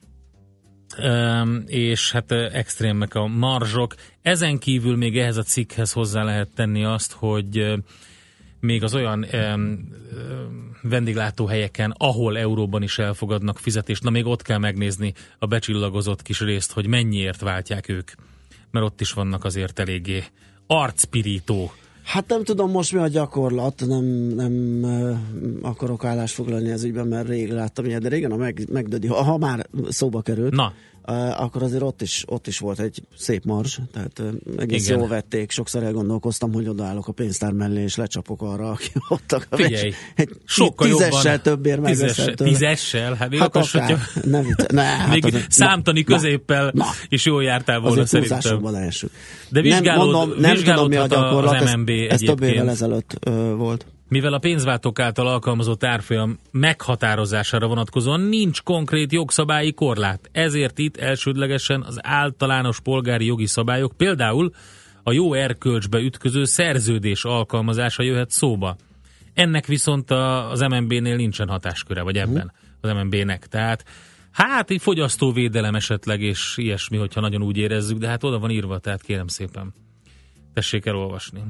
és hát extrémek a marzsok. Ezen kívül még ehhez a cikkhez hozzá lehet tenni azt, hogy még az olyan vendéglátóhelyeken, ahol euróban is elfogadnak fizetést, na még ott kell megnézni a becsillagozott kis részt, hogy mennyiért váltják ők, mert ott is vannak azért eléggé arcpirító. Hát nem tudom most mi a gyakorlat, nem, nem uh, akarok állást foglalni ez ügyben, mert rég láttam ilyet, de régen a meg, megdödi, ha, ha már szóba került, Na. Uh, akkor azért ott is, ott is volt egy szép marzs, tehát uh, egész jól vették, sokszor elgondolkoztam, hogy odaállok a pénztár mellé, és lecsapok arra, aki ott a Figyelj, egy sokkal tízessel jobban, többért megveszem tőle. Tízessel? Hát, hát okos, akár, hogyha ne, ne, hát még az, számtani na, középpel na, is jól jártál volna szerintem. De vizsgálód, nem, mondom, nem tudom, mi a gyakorlat, az em en bé ez, ez több évvel ezelőtt uh, volt. Mivel a pénzváltók által alkalmazott árfolyam meghatározására vonatkozóan nincs konkrét jogszabályi korlát, ezért itt elsődlegesen az általános polgári jogi szabályok, például a jó erkölcsbe ütköző szerződés alkalmazása jöhet szóba. Ennek viszont az em en bé-nél nincsen hatásköre, vagy ebben az em en bé-nek. Tehát hát így fogyasztóvédelem esetleg, és ilyesmi, hogyha nagyon úgy érezzük, de hát oda van írva, tehát kérem szépen, tessék elolvasni.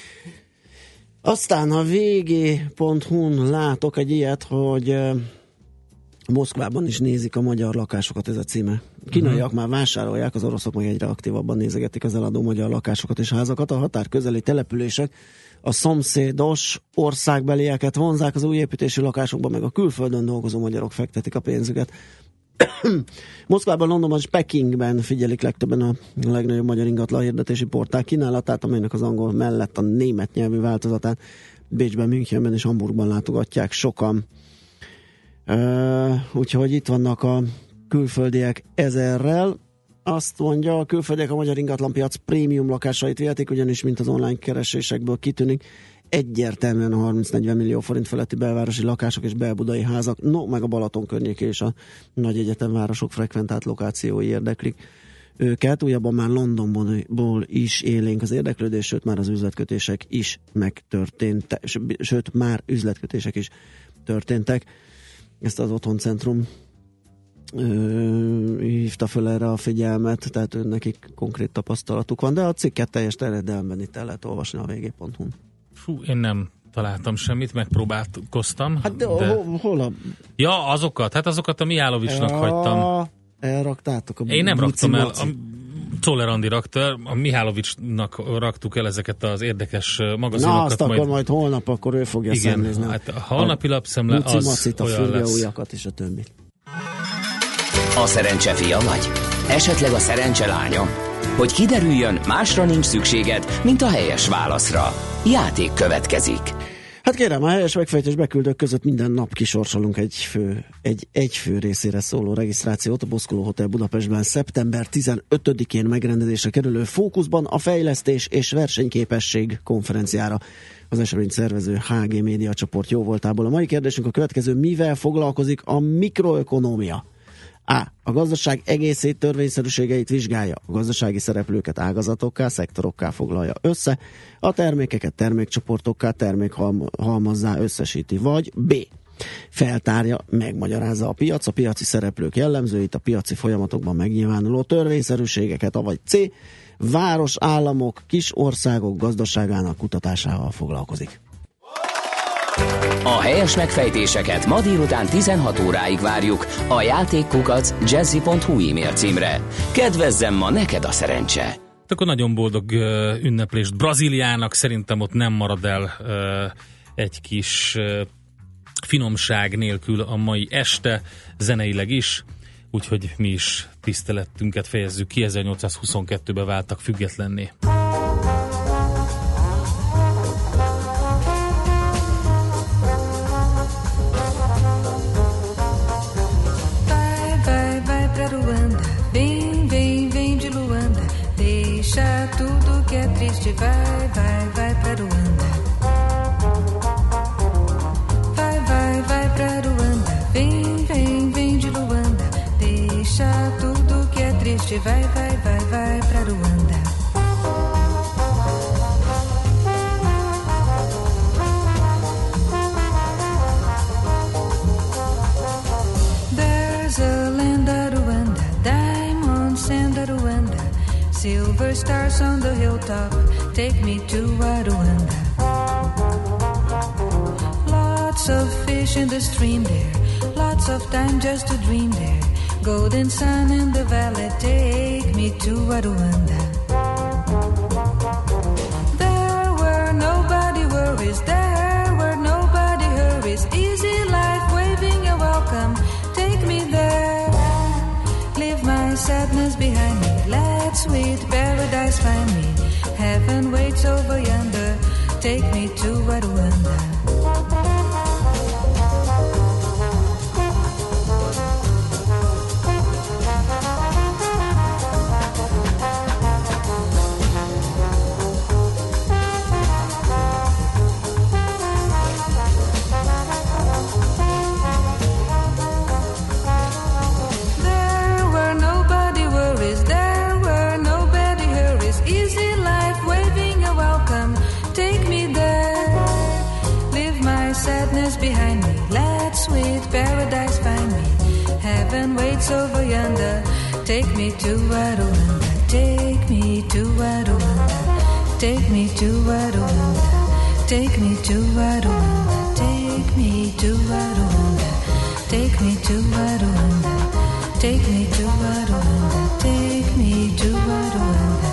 Aztán a vé gé pont hu-n látok egy ilyet, hogy uh, Moszkvában is nézik a magyar lakásokat, ez a címe. Kínaiak uh-huh. már vásárolják, az oroszok meg egyre aktívabban nézegetik az eladó magyar lakásokat és házakat. A határ közeli települések a szomszédos országbelieket vonzák, az új építési lakásokban meg a külföldön dolgozó magyarok fektetik a pénzüket. Moszkvában, Londonban és Pekingben figyelik legtöbben a legnagyobb magyar ingatlan hirdetési portál kínálatát, amelynek az angol mellett a német nyelvű változatát Bécsben, Münchenben és Hamburgban látogatják sokan. Uh, úgyhogy itt vannak a külföldiek ezerrel. Azt mondja, a külföldiek a magyar ingatlanpiac prémium lakásait vihetik, ugyanis mint az online keresésekből kitűnik, egyértelműen a harminc-negyven millió forint feletti belvárosi lakások és belbudai házak, no, meg a Balaton környéké és a nagy egyetemvárosok frekventált lokációi érdeklik őket. Újabban már Londonból is élénk az érdeklődés, sőt már az üzletkötések is megtörténtek, sőt már üzletkötések is történtek. Ezt az Otthoncentrum Ö, hívta föl erre a figyelmet, tehát nekik konkrét tapasztalatuk van, de a cikket teljes terjedelemben itt el lehet olvasni a vg pont hu-n. Fú, én nem találtam semmit, megpróbálkoztam. Hát de, de... Hol, hol a... Ja, azokat, hát azokat a Mihálovicsnak ja, hagytam. Elraktátok a Én nem raktam el, a Czoller Andi rakta, a Mihálovicsnak raktuk el ezeket az érdekes magazinokat. Na, azt majd... akkor majd holnap, akkor ő fogja igen, szemlézni. Hát a holnapi lapszemle az Muci-macit, a olyan lesz. ujjakat és a többit. A szerencse fia vagy? Esetleg a szerencse lánya? Hogy kiderüljön, másra nincs szükséged, mint a helyes válaszra. Játék következik. Hát kérem, a helyes megfejtés beküldők között minden nap kisorsolunk egy fő, egy, egy fő részére szóló regisztrációt a Boszkoló Hotel Budapestben szeptember tizenötödikén megrendezésre kerülő Fókuszban a fejlesztés és versenyképesség konferenciára. Az esemény szervező há gé Média csoport jóvoltából. A mai kérdésünk a következő: mivel foglalkozik a mikroökonómia? A. A gazdaság egészét, törvényszerűségeit vizsgálja. A gazdasági szereplőket ágazatokká, szektorokká foglalja össze. A termékeket termékcsoportokká, termékhalmazzá összesíti. Vagy B. Feltárja, megmagyarázza a piac, a piaci szereplők jellemzőit, a piaci folyamatokban megnyilvánuló törvényszerűségeket. Vagy C. Város, államok, kis országok gazdaságának kutatásával foglalkozik. A helyes megfejtéseket ma délután tizenhat óráig várjuk a játékkukac jazzy pont hu e-mail címre. Kedvezzem ma neked a szerencse! Akkor nagyon boldog uh, ünneplést Brazíliának, szerintem ott nem marad el uh, egy kis uh, finomság nélkül a mai este, zeneileg is, úgyhogy mi is tiszteletünket fejezzük ki, ezernyolcszázhuszonkettőben váltak függetlenné. Tudo que é triste, vai, vai, vai pra Ruanda. Vai, vai, vai pra Ruanda. Vem, vem, vem de Luanda. Deixa tudo que é triste, vai, vai, vai, vai pra Ruanda. There's a land of Ruanda, diamonds and a Ruanda. Silver stars on the hilltop, take me to Rwanda. Lots of fish in the stream there, lots of time just to dream there. Golden sun in the valley, take me to Rwanda. There were nobody worries, there were nobody hurries. Easy life, waving a welcome, take me there. Leave my sadness behind me, let sweet paradise find me. Heaven waits over yonder, take me to Rwanda. Behind me, let sweet paradise find me. Heaven waits over yonder, take me to Rwanda. Take me to Rwanda. Take me to Rwanda. Take me to Rwanda. Take me to Rwanda. Take me to Rwanda. Take me to Rwanda. Take me to Rwanda.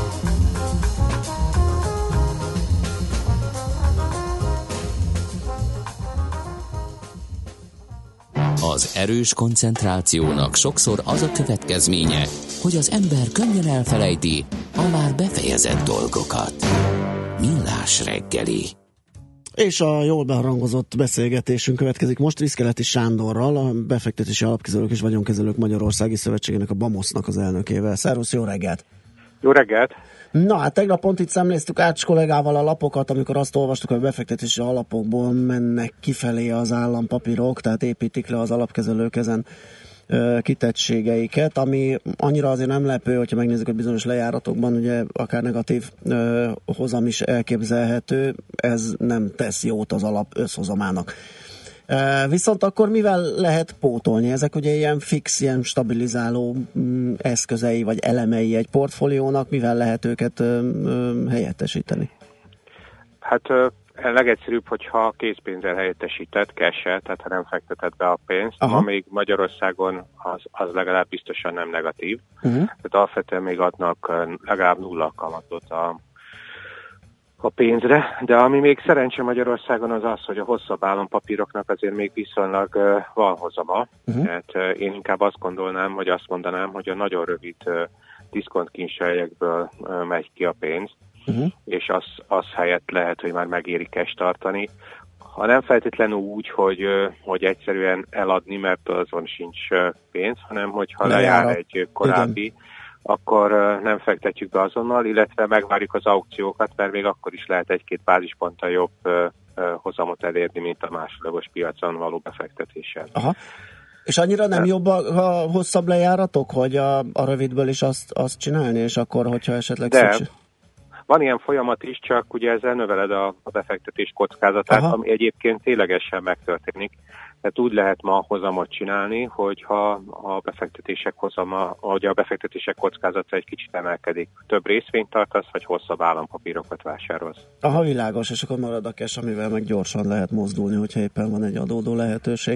Az erős koncentrációnak sokszor az a következménye, hogy az ember könnyen elfelejti a már befejezett dolgokat. Millás reggeli. És a jól beharangozott beszélgetésünk következik most Viszkeleti Sándorral, a Befektetési Alapkezelők és Vagyonkezelők Magyarországi Szövetségének, a BAMOSZ-nak az elnökével. Szervusz, jó reggelt! Jó reggelt! Na, hát tegnap pont itt szemléztük Ács kollégával a lapokat, amikor azt olvastuk, hogy a befektetési alapokból mennek kifelé az állampapírok, tehát építik le az alapkezelők ezen kitettségeiket, ami annyira azért nem lepő, hogyha megnézzük, hogy bizonyos lejáratokban ugye akár negatív hozam is elképzelhető, ez nem tesz jót az alap összhozamának. Viszont akkor mivel lehet pótolni? Ezek ugye ilyen fix, ilyen stabilizáló eszközei vagy elemei egy portfóliónak, mivel lehet őket helyettesíteni? Hát a legegyszerűbb, hogyha készpénzzel helyettesített, cash-el, tehát ha nem fekteted be a pénzt. Aha. Ma még Magyarországon az, az legalább biztosan nem negatív. Uh-huh. Tehát alapvetően még adnak legalább nulla kamatot a a pénzre, de ami még szerencse Magyarországon az az, hogy a hosszabb állampapíroknak azért még viszonylag uh, van hozama. Uh-huh. Hát, uh, én inkább azt gondolnám, vagy azt mondanám, hogy a nagyon rövid uh, diszkontkincselyekből uh, megy ki a pénz, uh-huh. és az, az helyett lehet, hogy már megéri cash tartani. Ha nem feltétlenül úgy, hogy, uh, hogy egyszerűen eladni, mert azon sincs uh, pénz, hanem hogyha lejár, lejár egy korábbi, igen. akkor nem fektetjük be azonnal, illetve megvárjuk az aukciókat, mert még akkor is lehet egy-két bázisponttal jobb uh, uh, hozamot elérni, mint a másodlagos piacon való befektetéssel. Aha. És annyira nem jobb a, a hosszabb lejáratok, hogy a, a rövidből is azt, azt csinálni, és akkor, hogyha esetleg De szükség... van ilyen folyamat is, csak ugye ezzel növeled a, a befektetés kockázatát, Aha. ami egyébként ténylegesen megtörténik. Tehát úgy lehet ma hozamot csinálni, hogyha a befektetések hozama, hogy a befektetések kockázata egy kicsit emelkedik. Több részvényt tartasz, vagy hosszabb állampapírokat vásárolsz. Aha, világos, és akkor marad a cash, amivel meg gyorsan lehet mozdulni, hogyha éppen van egy adódó lehetőség.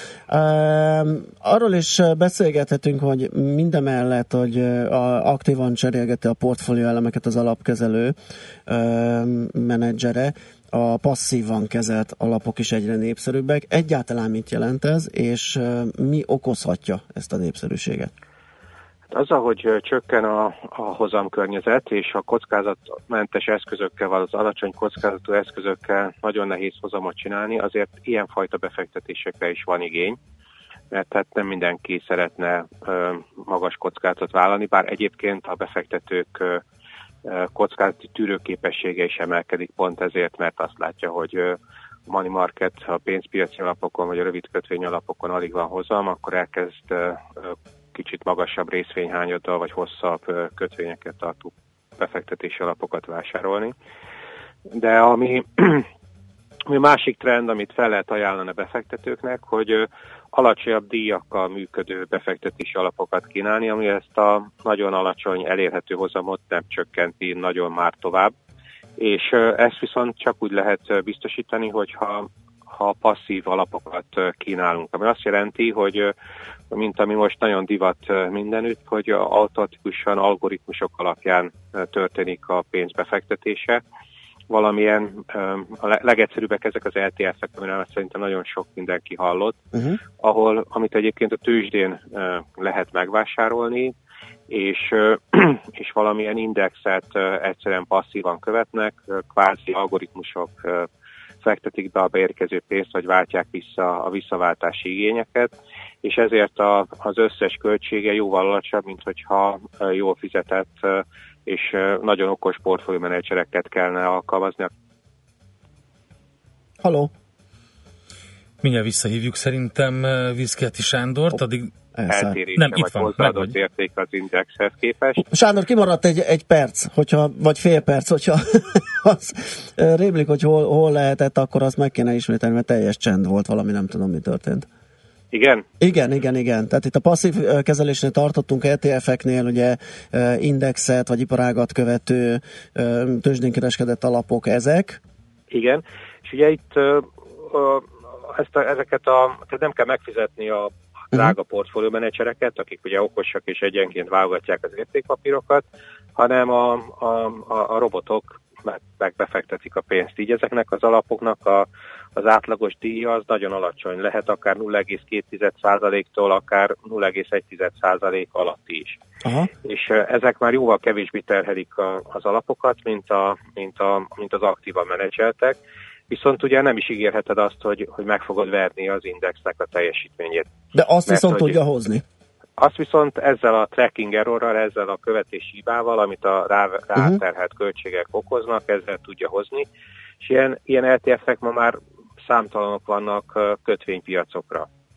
Um, arról is beszélgethetünk, hogy mindemellett, hogy a, aktívan cserélgeti a portfólió elemeket az alapkezelő um, menedzsere, a passzívan kezelt alapok is egyre népszerűbbek. Egyáltalán mit jelent ez, és mi okozhatja ezt a népszerűséget? Hát azzal, hogy csökken a, a hozamkörnyezet, és a kockázatmentes eszközökkel, vagy az alacsony kockázatú eszközökkel nagyon nehéz hozamot csinálni, azért ilyenfajta befektetésekre is van igény, mert tehát nem mindenki szeretne ö, magas kockázatot vállalni, bár egyébként a befektetők ö, kockázati tűrőképessége is emelkedik pont ezért, mert azt látja, hogy a money market, a pénzpiaci alapokon vagy a rövid kötvény alapokon alig van hozam, akkor elkezd kicsit magasabb részvényhányaddal vagy hosszabb kötvényeket tartó befektetési alapokat vásárolni. De ami, ami másik trend, amit fel lehet ajánlani a befektetőknek, hogy alacsonyabb díjakkal működő befektetési alapokat kínálni, ami ezt a nagyon alacsony elérhető hozamot nem csökkenti nagyon már tovább. És ezt viszont csak úgy lehet biztosítani, hogyha ha passzív alapokat kínálunk. Ami azt jelenti, hogy mint ami most nagyon divat mindenütt, hogy automatikusan algoritmusok alapján történik a pénzbefektetése. Valamilyen, a legegyszerűbbek ezek az é té ef-ek, amiről szerintem nagyon sok mindenki hallott, uh-huh. ahol, amit egyébként a tőzsdén lehet megvásárolni, és, és valamilyen indexet egyszerűen passzívan követnek, kvázi algoritmusok fektetik be a beérkező pénzt, vagy váltják vissza a visszaváltási igényeket, és ezért a, az összes költsége jóval alacsonyabb, mint hogyha jól fizetett és nagyon okos portfóliómenedzsereket kellene alkalmazni. Halló! Mindjárt visszahívjuk szerintem Vizsgeti Sándort, addig eltérése nem, vagy hozzáadott érték az indexhez képest. Sándor, kimaradt egy, egy perc, hogyha, vagy fél perc, hogyha az rémlik, hogy hol, hol lehetett, akkor azt meg kéne ismételni, mert teljes csend volt, valami nem tudom, mi történt. Igen? Igen, igen, igen. Tehát itt a passzív kezelésnél tartottunk é té ef-eknél, ugye indexet vagy iparágat követő tőzsdén kereskedett alapok ezek. Igen, és ugye itt ezt a, ezeket a, tehát nem kell megfizetni a drága portfóliómenedzsereket, akik ugye okosak és egyenként válogatják az értékpapírokat, hanem a, a, a, a robotok meg befektetik a pénzt. Így ezeknek az alapoknak a, az átlagos díja az nagyon alacsony. Lehet akár nulla egész két százaléktól akár nulla egész egy százalék alatt is. Aha. És ezek már jóval kevésbé terhelik a, az alapokat, mint, a, mint, a, mint az aktívan menedzseltek. Viszont ugye nem is ígérheted azt, hogy, hogy meg fogod verni az indexnek a teljesítményét. De azt Mert, viszont hogy, tudja hozni. Azt viszont ezzel a tracking errorral, ezzel a követési hibával, amit a rá, ráterhelt uh-huh. költségek okoznak, ezzel tudja hozni. És ilyen, ilyen é té ef-ek ma már számtalanok vannak kötvénypiacokra.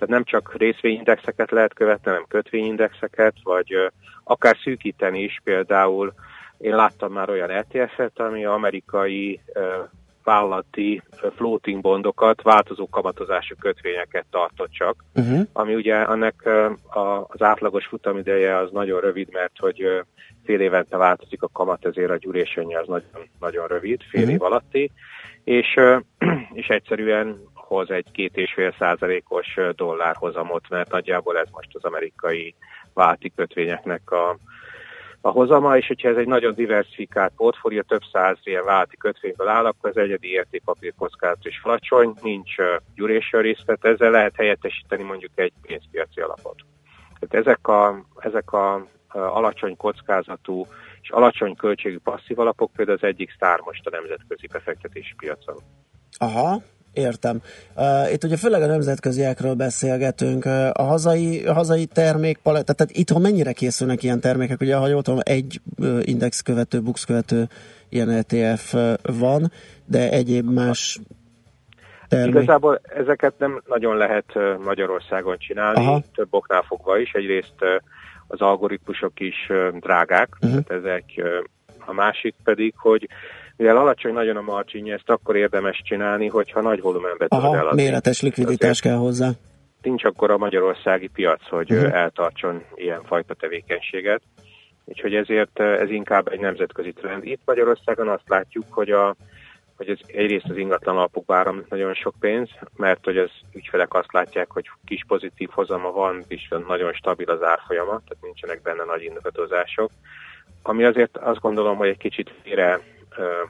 Tehát nem csak részvényindexeket lehet követni, hanem kötvényindexeket, vagy akár szűkíteni is. Például én láttam már olyan é té ef-et, ami amerikai vállalati floating bondokat, változó kamatozású kötvényeket tartott csak, uh-huh. ami ugye annak az átlagos futamideje az nagyon rövid, mert hogy fél évente változik a kamat, ezért a duration az nagyon, nagyon rövid, fél uh-huh. év alatti, és, és egyszerűen hoz egy két és fél százalékos dollárhozamot, mert nagyjából ez most az amerikai vállalati kötvényeknek a a hozama, és hogyha ez egy nagyon diversifikált portfólió, több száz ilyen vállalati kötvényből áll, akkor az egyedi értékpapírkockázat is alacsony, nincs uh, duration risk, tehát ezzel lehet helyettesíteni mondjuk egy pénzpiaci alapot. Tehát ezek a, ezek a uh, alacsony kockázatú és alacsony költségű passzív alapok például az egyik sztár most a nemzetközi befektetési piacon. Aha. Értem. Uh, itt ugye főleg a nemzetköziekről beszélgetünk. Uh, a hazai, a hazai termékpaletta, tehát itthon mennyire készülnek ilyen termékek? Ugye, ha jól tudom, egy uh, index követő, bux követő ilyen é té ef uh, van, de egyéb más termék. Igazából ezeket nem nagyon lehet uh, Magyarországon csinálni, Aha. több oknál fogva is. Egyrészt uh, az algoritmusok is uh, drágák, uh-huh. tehát ezek uh, a másik pedig, hogy mivel alacsony nagyon a marginja, ezt akkor érdemes csinálni, hogyha nagy volumenbe tudod eladni. Méretes likviditás Azért kell hozzá. Nincs akkor a magyarországi piac, hogy uh-huh. eltartson ilyenfajta tevékenységet. Úgyhogy ezért ez inkább egy nemzetközi trend. Itt Magyarországon azt látjuk, hogy, a, hogy ez egyrészt az ingatlan alapokba áram nagyon sok pénz, mert hogy az ügyfelek azt látják, hogy kis pozitív hozama van, és nagyon stabil az árfolyama, tehát nincsenek benne nagy ingadozások. Ami azért azt gondolom, hogy egy kicsit félre Uh,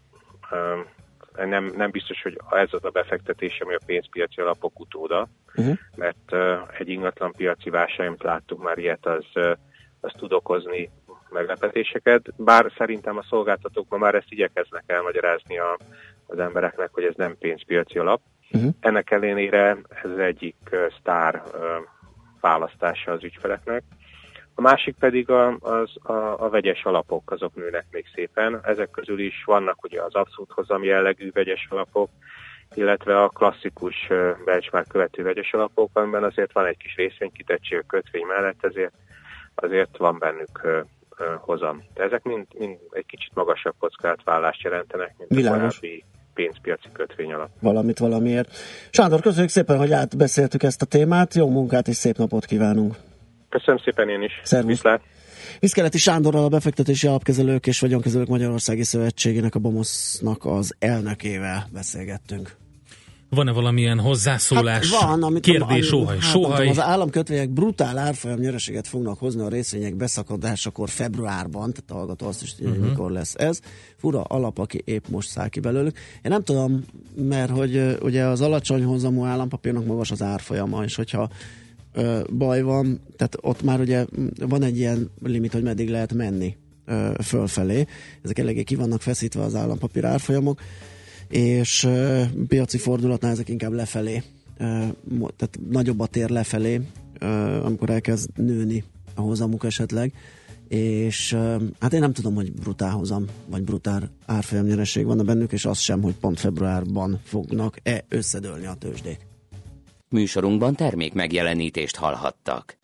uh, nem, nem biztos, hogy ez az a befektetés, ami a pénzpiaci alapok utóda, uh-huh. mert uh, egy ingatlan piaci válságot láttuk már ilyet, az, uh, az tud okozni meglepetéseket, bár szerintem a szolgáltatók ma már ezt igyekeznek elmagyarázni a, az embereknek, hogy ez nem pénzpiaci alap. Uh-huh. Ennek ellenére ez az egyik uh, sztár uh, választása az ügyfeleknek. A másik pedig a, az, a, a vegyes alapok, azok nőnek még szépen. Ezek közül is vannak ugye az abszolút hozam jellegű vegyes alapok, illetve a klasszikus benchmark követő vegyes alapok, amiben azért van egy kis részvénykitettség a kötvény mellett, ezért azért van bennük ö, ö, hozam. De ezek mind, mind egy kicsit magasabb kockázatvállalást jelentenek, mint Világos. a korábbi pénzpiaci kötvény alap. Valamit valamiért. Sándor, köszönjük szépen, hogy átbeszéltük ezt a témát. Jó munkát és szép napot kívánunk! Köszönöm szépen én is. Szervusz. Viszlát. Viszkeleti Sándorral, a Befektetési Alapkezelők és Vagyonkezelők Magyarországi Szövetségének, a BOMOSZ-nak az elnökével beszélgettünk. Van-e valamilyen hozzászólás? Hát van, amit kérdés, am, óhaj, hát, sóhaj. Az államkötvények brutál árfolyam nyereséget fognak hozni a részvények beszakadásakor februárban, tehát a hallgató azt is tudja, uh-huh. mikor lesz ez. Fura alap, aki épp most száll ki belőlük. Én nem tudom, mert hogy ugye az alacsony hozamú állampapírnak magas az árfolyama, és hogyha ö, baj van, tehát ott már ugye van egy ilyen limit, hogy meddig lehet menni ö, fölfelé. Ezek eléggé ki vannak feszítve az állampapír árfolyamok, és uh, piaci fordulatnál ezek inkább lefelé, uh, tehát nagyobb a tér lefelé, uh, amikor elkezd nőni a hozamuk esetleg, és uh, hát én nem tudom, hogy brutál hozam, vagy brutál árfolyamnyereség van bennük, és az sem, hogy pont februárban fognak-e összedőlni a tőzsdék. Műsorunkban termék megjelenítést hallhattak.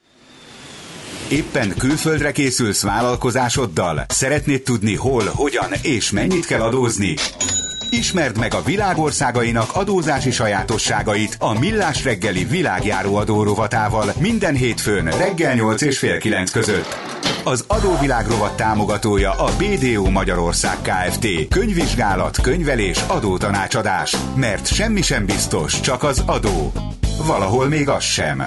Éppen külföldre készülsz vállalkozásoddal? Szeretnéd tudni hol, hogyan és mennyit kell adózni? Ismerd meg a világ országainak adózási sajátosságait a Millás reggeli világjáró adó rovatával minden hétfőn reggel nyolc és fél kilenc között. Az adóvilág rovat támogatója a bé dé o Magyarország Kft. Könyvvizsgálat, könyvelés, adótanácsadás. Mert semmi sem biztos, csak az adó. Valahol még az sem.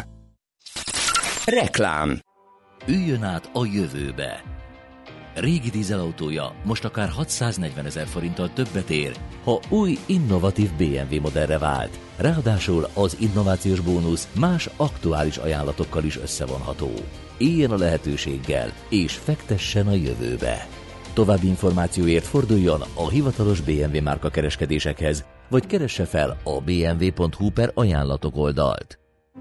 Reklám. Üljön át a jövőbe. Régi dízelautója most akár hatszáznegyvenezer forinttal többet ér, ha új, innovatív bé em vé modellre vált. Ráadásul az innovációs bónusz más aktuális ajánlatokkal is összevonható. Éljen a lehetőséggel, és fektessen a jövőbe. További információért forduljon a hivatalos bé em vé márka kereskedésekhez, vagy keresse fel a bé em vé pont hu per ajánlatok oldalt.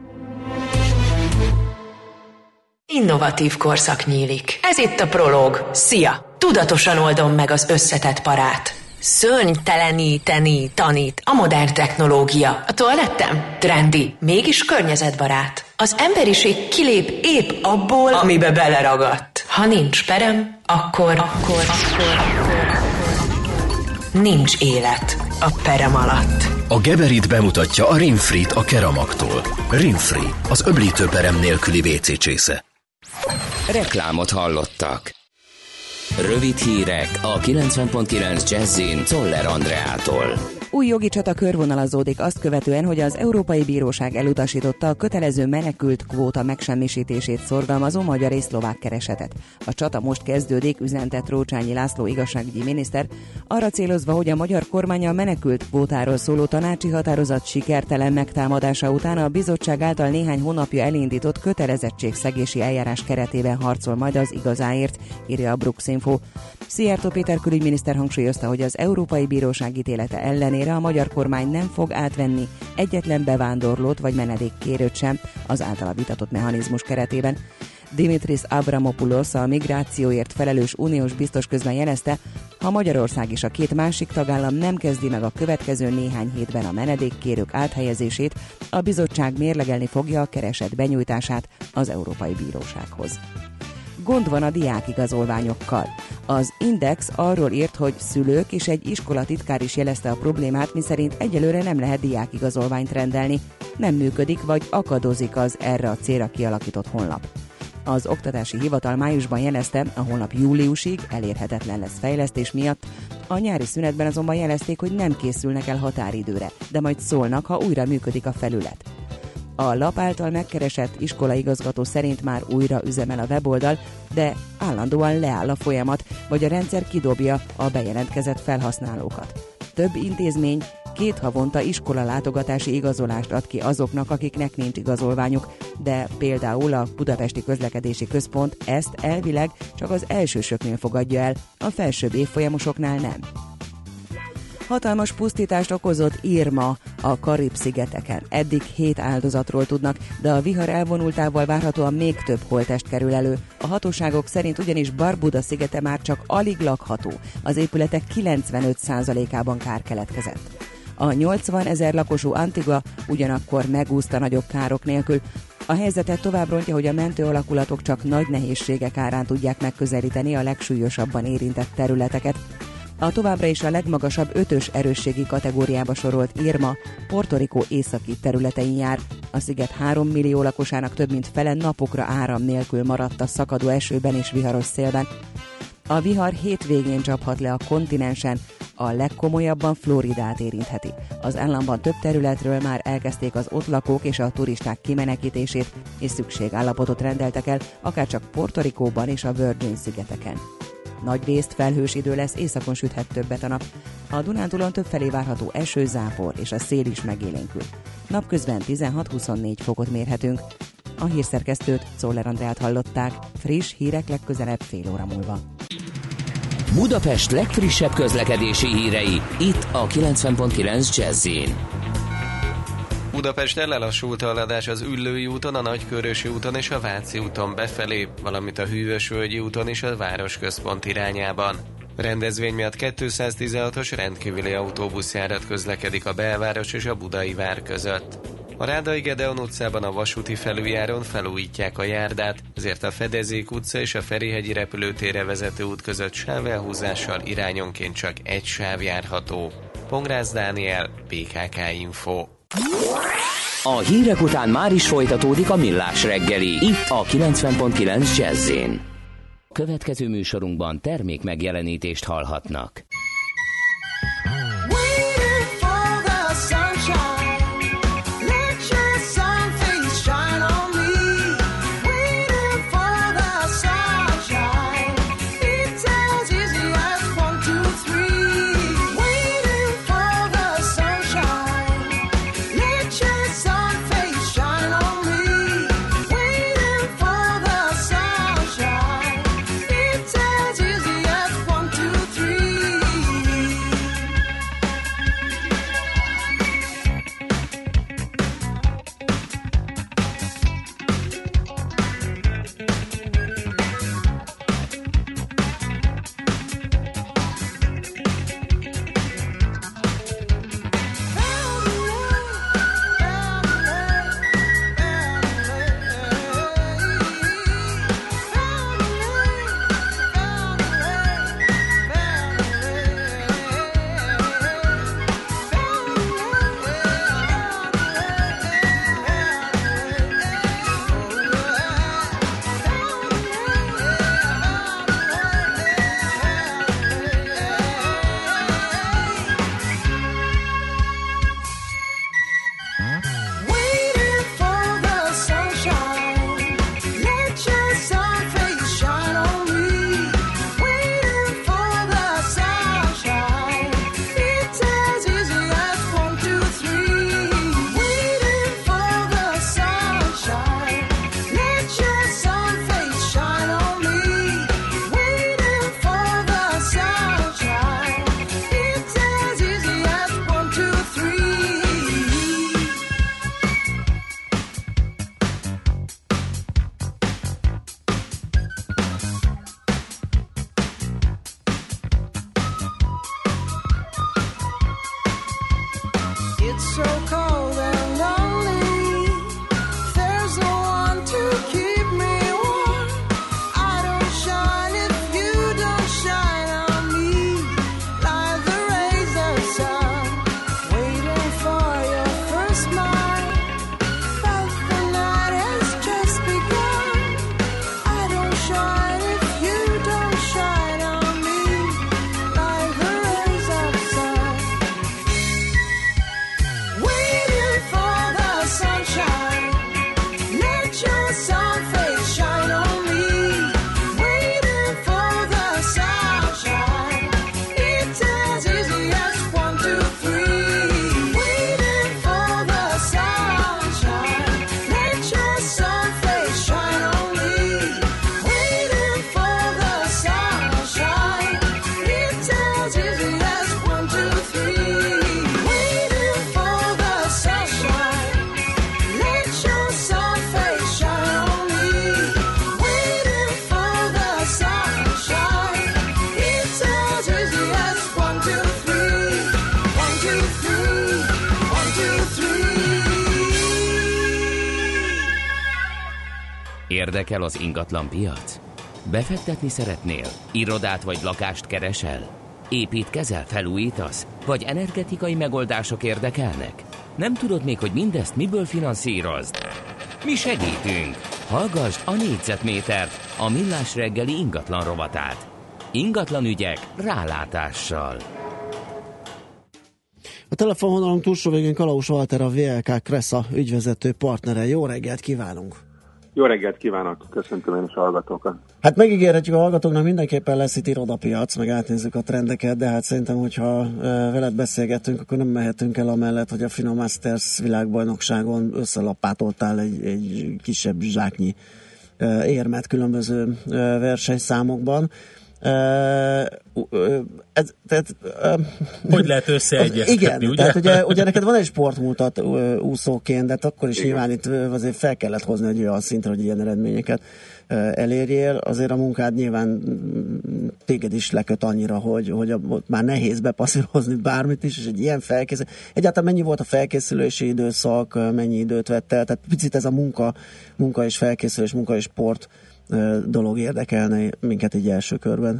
Innovatív korszak nyílik. Ez itt a Prológ. Szia! Tudatosan oldom meg az összetett parát. Szörnyteleníteni tanít a modern technológia. A toalettem trendi, mégis környezetbarát. Az emberiség kilép épp abból, amibe beleragadt. Ha nincs perem, akkor, akkor, akkor, akkor, akkor nincs élet a perem alatt. A Geberit bemutatja a Rinfrit a Keramaktól. Rinfri, az öblítő perem nélküli vé cé csésze. Reklámot hallottak. Rövid hírek a kilencven pont kilenc Jazzin Czoller Andreától. Új jogi csata körvonalazódik azt követően, hogy az Európai Bíróság elutasította a kötelező menekült kvóta megsemmisítését szorgalmazó magyar és szlovák keresetet. A csata most kezdődik, üzentett Rócsányi László igazságügyi miniszter, arra célozva, hogy a magyar kormány a menekült kvótáról szóló tanácsi határozat sikertelen megtámadása után a bizottság által néhány hónapja elindított kötelezettségszegési eljárás keretében harcol majd az igazáért, írja a Brooks Info. Szijjártó Péter külügyminiszter hangsúlyozta, hogy az Európai Bíróság ítélete ellenére a magyar kormány nem fog átvenni egyetlen bevándorlót vagy menedékkérőt sem az általa vitatott mechanizmus keretében. Dimitris Avramopoulos, a migrációért felelős uniós biztos közben jelezte, ha Magyarország és a két másik tagállam nem kezdi meg a következő néhány hétben a menedékkérők áthelyezését, a bizottság mérlegelni fogja a kereset benyújtását az Európai Bírósághoz. Gond van a diákigazolványokkal. Az Index arról írt, hogy szülők és egy iskolatitkár is jelezte a problémát, miszerint egyelőre nem lehet diákigazolványt rendelni, nem működik vagy akadozik az erre a célra kialakított honlap. Az Oktatási Hivatal májusban jelezte, a honlap júliusig elérhetetlen lesz fejlesztés miatt, a nyári szünetben azonban jelezték, hogy nem készülnek el határidőre, de majd szólnak, ha újra működik a felület. A lap által megkeresett iskolaigazgató szerint már újra üzemel a weboldal, de állandóan leáll a folyamat, vagy a rendszer kidobja a bejelentkezett felhasználókat. Több intézmény két havonta iskolalátogatási igazolást ad ki azoknak, akiknek nincs igazolványuk, de például a Budapesti Közlekedési Központ ezt elvileg csak az elsősöknél fogadja el, a felsőbb évfolyamosoknál nem. Hatalmas pusztítást okozott Irma a Karib-szigeteken. Eddig hét áldozatról tudnak, de a vihar elvonultával várhatóan még több holttest kerül elő. A hatóságok szerint ugyanis Barbuda szigete már csak alig lakható. Az épületek kilencvenöt százalékában kár keletkezett. A nyolcvan ezer lakosú Antigua ugyanakkor megúszta nagyobb károk nélkül. A helyzetet tovább rontja, hogy a mentő alakulatok csak nagy nehézségek árán tudják megközelíteni a legsúlyosabban érintett területeket. A továbbra is a legmagasabb ötös erősségi kategóriába sorolt Irma Puerto Rico északi területein jár. A sziget három millió lakosának több mint fele napokra áram nélkül maradt a szakadó esőben és viharos szélben. A vihar hétvégén csaphat le a kontinensen, a legkomolyabban Floridát érintheti. Az államban több területről már elkezdték az ott lakók és a turisták kimenekítését, és szükségállapotot rendeltek el, akárcsak Puerto Ricóban és a Virgin-szigeteken. Nagy részt felhős idő lesz, északon süthet többet a nap. A Dunántúlon többfelé várható eső, zápor és a szél is megélénkül. Napközben tizenhat-huszonnégy fokot mérhetünk. A hírszerkesztőt, Czoller Andreát hallották. Friss hírek legközelebb fél óra múlva. Budapest legfrissebb közlekedési hírei, itt a kilencven pont kilenc Jazz-in. Budapesten lelassult a haladás az Üllői úton, a Nagykörösi úton és a Váci úton befelé, valamint a Hűvösvölgyi úton és a városközpont irányában. Rendezvény miatt kétszáztizenhatos rendkívüli autóbuszjárat közlekedik a belváros és a Budai vár között. A Rádai Gedeon utcában a vasúti felüljáron felújítják a járdát, ezért a Fedezék utca és a Ferihegyi repülőtérre vezető út között sávelhúzással irányonként csak egy sáv járható. Pongrász Dániel, bé ká ká Info. A hírek után már is folytatódik a Millás reggeli, itt a kilencven pont kilenc Jazz-in. Következő műsorunkban termék megjelenítést hallhatnak. Three. Érdekel az ingatlan piac? Befektetni szeretnél? Irodát vagy lakást keresel? Építkezel, felújítasz? Vagy energetikai megoldások érdekelnek? Nem tudod még, hogy mindezt miből finanszírozd? Mi segítünk! Hallgasd a Négyzetmétert, a Millás reggeli ingatlan rovatát. Ingatlan ügyek rálátással. A telefonvonalunk túlsó végén Kalausz Walter, a vé el ká Cresa ügyvezető partnere. Jó reggelt kívánunk! Jó reggelt kívánok, köszöntöm én is a hallgatókat. Hát megígérhetjük a hallgatóknak, mindenképpen lesz itt irodapiac, meg átnézzük a trendeket, de hát szerintem, hogyha veled beszélgetünk, akkor nem mehetünk el amellett, hogy a FINA Masters világbajnokságon összelapátoltál egy, egy kisebb zsáknyi érmet különböző versenyszámokban. Ez, tehát, hogy lehet összeegyeztetni, igen, ugye? Tehát ugye, ugye neked van egy sportmúltat úszóként, de hát akkor is igen. Nyilván itt azért fel kellett hozni egy olyan szintre, hogy ilyen eredményeket elérjél. Azért a munkád nyilván téged is leköt annyira, hogy, hogy a, már nehéz bepasszírozni bármit is, és egy ilyen felkészülés. Egyáltalán mennyi volt a felkészülési időszak, mennyi időt vett el? Tehát picit ez a munka, munka és felkészülés, munka és sport dolog érdekelne minket így első körben.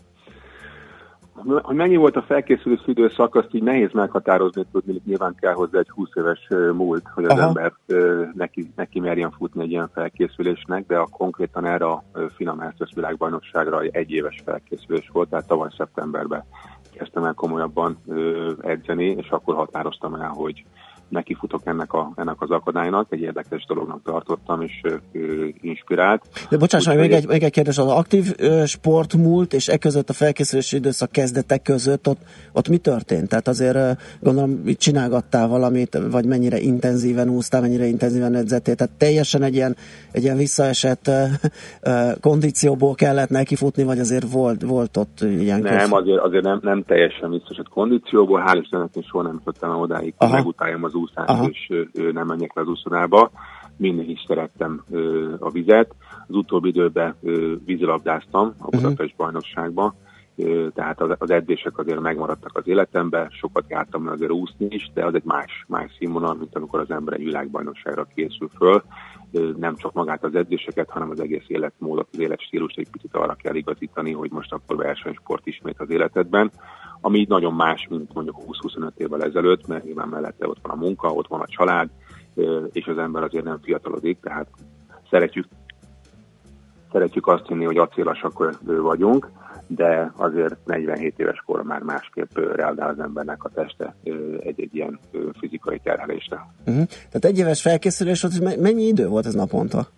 Hogy mennyi volt a felkészülés időszak, azt így nehéz meghatározni, tudni, nyilván kell hozzá egy húsz éves múlt, hogy az Aha. ember neki, neki merjen futni egy ilyen felkészülésnek, de a konkrétan erre a FINA Masters világbajnokságra egy éves felkészülés volt, tehát tavaly szeptemberben kezdtem el komolyabban edzeni, és akkor határoztam el, hogy neki futok ennek, a, ennek az akadálynak, egy érdekes dolognak tartottam, és ö, inspirált. De bocsáss meg, még egy, még egy kérdés, az aktív ö, sportmúlt, és e között a felkészülési időszak kezdetek között, ott, ott mi történt? Tehát azért ö, gondolom, itt csinálgattál valamit, vagy mennyire intenzíven úsztál, mennyire intenzíven edzettél, tehát teljesen egy ilyen, egy ilyen visszaesett ö, ö, kondícióból kellett nekifutni, vagy azért volt, volt ott ilyen Nem, köz... azért, azért nem, nem teljesen visszaesett kondícióból, hál' Istennek én soha nem jutottam odáig, hogy megutáljam az úszást, Aha. és ö, nem menjek le az úszodába. Mindig is szerettem ö, a vizet. Az utóbbi időben ö, vízilabdáztam a Budapest uh-huh. bajnokságban, ö, tehát az, az edzések azért megmaradtak az életemben, sokat jártam azért úszni is, de az egy más, más színvonal, mint amikor az ember egy világbajnokságra készül föl. Ö, nem csak magát az edzéseket, hanem az egész életmódot, az életstílust egy picit arra kell igazítani, hogy most akkor versenysport ismét az életedben, ami így nagyon más, mint mondjuk húsz-huszonöt évvel ezelőtt, mert nyilván mellette ott van a munka, ott van a család, és az ember azért nem fiatalodik, tehát szeretjük, szeretjük azt hinni, hogy acélasak vagyunk, de azért negyvenhét éves kor már másképp reagál az embernek a teste egy-egy ilyen fizikai terhelésre. Uh-huh. Tehát egy éves felkészülés, hogy mennyi idő volt ez naponta?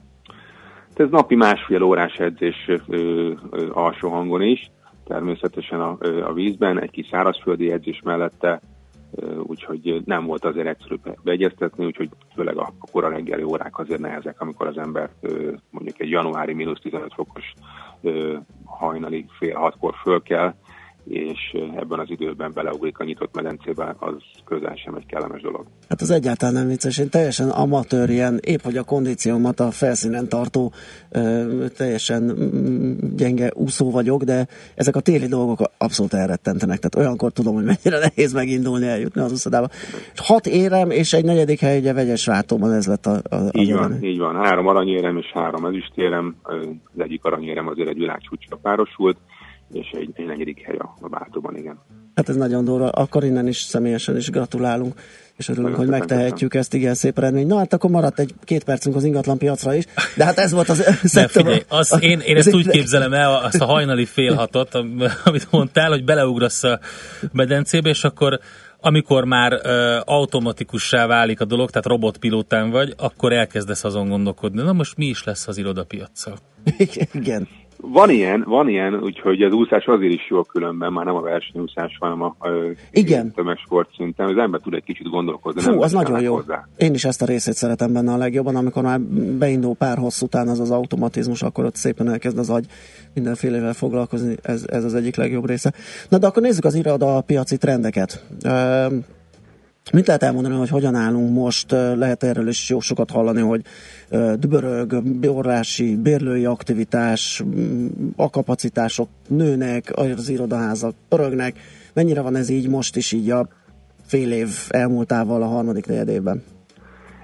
Ez napi másfél órás edzés ö, ö, alsó hangon is, természetesen a, a vízben, egy kis szárazföldi edzés mellette, úgyhogy nem volt azért egyszerű beegyeztetni, úgyhogy főleg a, a kora reggeli órák azért nehezek, amikor az ember mondjuk egy januári mínusz tizenöt fokos hajnali fél hatkor föl kell, és ebben az időben beleugrik a nyitott medencébe, az közel sem egy kellemes dolog. Hát az egyáltalán nem vicces, én teljesen amatőr, ilyen épp hogy a kondíciómat a felszínen tartó ö, teljesen gyenge úszó vagyok, de ezek a téli dolgok abszolút elrettentenek, tehát olyankor tudom, hogy mennyire nehéz megindulni, eljutni az úszodába. Hat érem és egy negyedik hely, ugye vegyes váltóban ez lett a... a így a van, a... így van, három aranyérem és három ezüstérem, az egyik aranyérem azért egy világcsúcsra párosult, és egy, egy negyedik hely a, a váltóban, igen. Hát ez nagyon durva, akkor innen is személyesen is gratulálunk, és örülünk, nagyon hogy megtehetjük köszön. Ezt, igen, szép eredmény. Na hát akkor maradt egy két percünk az ingatlan piacra is, de hát ez volt az... Ne, figyelj, az, én, én ezt úgy képzelem el, azt a hajnali fél hatot, amit mondtál, hogy beleugrasz a medencébe, és akkor amikor már uh, automatikussá válik a dolog, tehát robotpilótán vagy, akkor elkezdesz azon gondolkodni. Na most mi is lesz az irodapiaccal? Igen. Van ilyen, van ilyen, úgyhogy az úszás azért is jó különben, már nem a versenyúszás, hanem a, a tömegsport szinten. Az ember tud egy kicsit gondolkozni. Fú, az nagyon jó. Hozzá. Én is ezt a részét szeretem benne a legjobban, amikor már beindul pár hossz után az az automatizmus, akkor ott szépen elkezd az agy mindenfélevel foglalkozni, ez, ez az egyik legjobb része. Na de akkor nézzük az irodapiaci trendeket. Mit lehet elmondani, hogy hogyan állunk most? Lehet erről is jó sokat hallani, hogy dübörög, orrási, bérlői aktivitás, a kapacitások nőnek, az irodaházak pörögnek. Mennyire van ez így most is így a fél év elmúltával a harmadik negyed évben?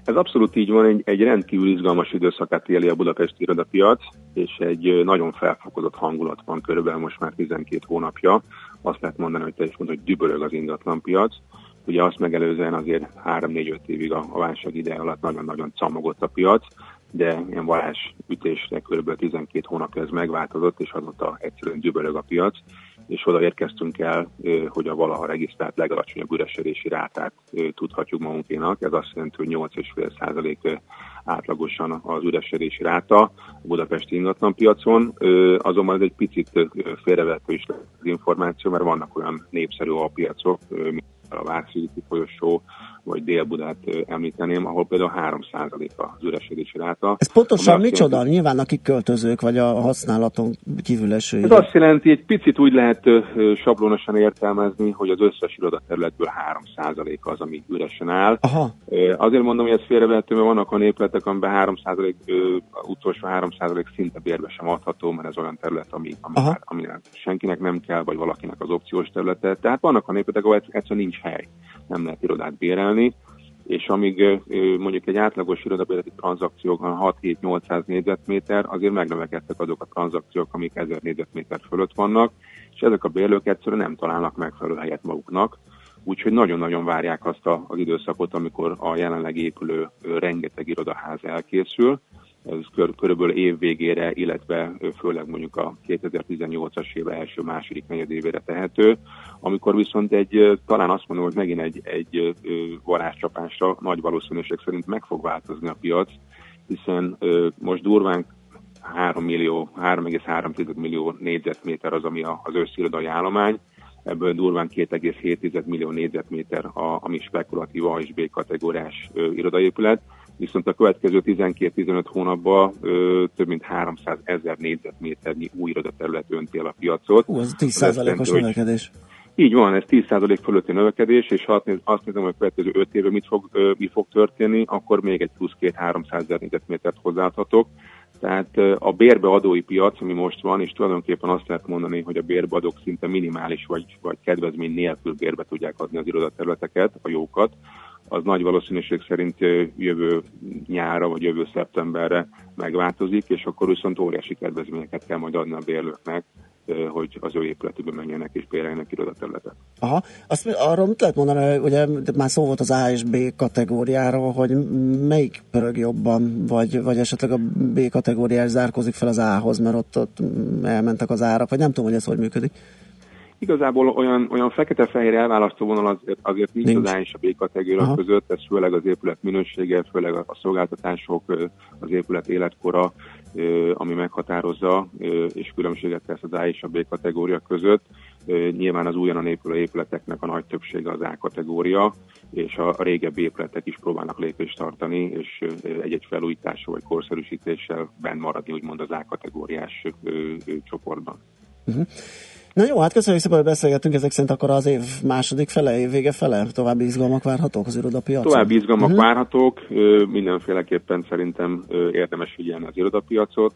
Ez abszolút így van, egy, egy rendkívül izgalmas időszakát éli a budapesti irodapiac, és egy nagyon felfokozott hangulat van körülbelül most már tizenkét hónapja. Azt lehet mondani, hogy te is mondod, hogy dübörög az ingatlanpiac. Ugye azt megelőzően azért három-négy-öt évig a, a válság ideje alatt nagyon-nagyon camogott a piac, de ilyen varázsütésre körülbelül tizenkét hónapja ez megváltozott, és azóta egyszerűen dübörög a piac, és oda érkeztünk el, hogy a valaha regisztrált legalacsonyabb üresedési rátát tudhatjuk magunkénak. Ez azt jelenti, hogy nyolc egész öt százalék átlagosan az üresedési ráta a budapesti ingatlanpiacon. Azonban ez egy picit félrevezető is az információ, mert vannak olyan népszerű alpiacok, mint a Városliget folyosó, vagy Dél-Budát említeném, ahol például három százalék az üresedési ráta. Ez pontosan micsoda? Jelenti, nyilván akik költözők, vagy a használaton kívül eső. Ez azt jelenti, egy picit úgy lehet sablonosan értelmezni, hogy az összes irodaterületből három százalék az, ami üresen áll. Aha. Azért mondom, hogy ez félrevehető, mert vannak olyan épületek, amiben három százalék, utolsó három százalék szinte bérbe sem adható, mert ez olyan terület, ami, ami már, aminek senkinek nem kell, vagy valakinek az opciós területe. Tehát vannak olyan épületek, ahol egyszerűen nincs hely, nem lehet irodát bérelni, és amíg mondjuk egy átlagos irodabérleti tranzakciókon hat-hét-nyolcszáz négyzetméter, azért megnövekedtek azok a tranzakciók, amik ezer négyzetméter fölött vannak, és ezek a bérlők egyszerűen nem találnak megfelelő helyet maguknak, úgyhogy nagyon-nagyon várják azt a, az időszakot, amikor a jelenleg épülő rengeteg irodaház elkészül. Ez kör, körülbelül év végére, illetve főleg mondjuk a kétezer-tizennyolcas év első-második negyedévére tehető, amikor viszont egy, talán azt mondom, hogy megint egy, egy varázscsapásra nagy valószínűség szerint meg fog változni a piac, hiszen most durván három millió, három egész három millió négyzetméter az, ami az összirodai állomány, ebből durván két egész hét millió négyzetméter, a, ami spekulatív A és B kategóriás ö, irodaépület, viszont a következő tizenkét-tizenöt hónapban ö, több mint háromszázezer négyzetméternyi új irodaterület önti el a piacot. Hú, ez tíz százalékos növekedés. Így van, ez tíz százalék fölötti növekedés, és ha azt nézem, hogy a következő öt évben mit fog, ö, mi fog történni, akkor még egy plusz két-háromszázezer négyzetmétert hozzáadhatok. Tehát a bérbeadói piac, ami most van, és tulajdonképpen azt lehet mondani, hogy a bérbeadók szinte minimális vagy, vagy kedvezmény nélkül bérbe tudják adni az irodaterületeket, a jókat, az nagy valószínűség szerint jövő nyára vagy jövő szeptemberre megváltozik, és akkor viszont óriási kedvezményeket kell majd adni a bérlőknek, hogy az ő épületükben menjenek és béreljenek irodaterületet. Aha, azt arról mit lehet mondani, ugye már szó volt az A és B kategóriáról, hogy melyik pörög jobban, vagy, vagy esetleg a B kategóriás zárkózik fel az A-hoz, mert ott, ott elmentek az árak, vagy nem tudom, hogy ez hogy működik. Igazából olyan, olyan fekete-fehér elválasztó vonal azért, azért nincs, nincs az A és a B kategória Aha. között, ez főleg az épület minősége, főleg a szolgáltatások, az épület életkora, ami meghatározza, és különbséget tesz az A és a B kategória között. Nyilván az újonnan épülő épületeknek a nagy többsége az A kategória, és a régebbi épületek is próbálnak lépést tartani, és egy-egy felújítással vagy korszerűsítéssel benn maradni, úgymond az A kategóriás csoportban. Uh-huh. Na jó, hát köszönjük szépen, hogy beszélgettünk, ezek szerint akkor az év második fele, év vége fele további izgalmak várhatók az irodapiacon? További izgalmak uh-huh. várhatók, mindenféleképpen szerintem érdemes figyelni az irodapiacot,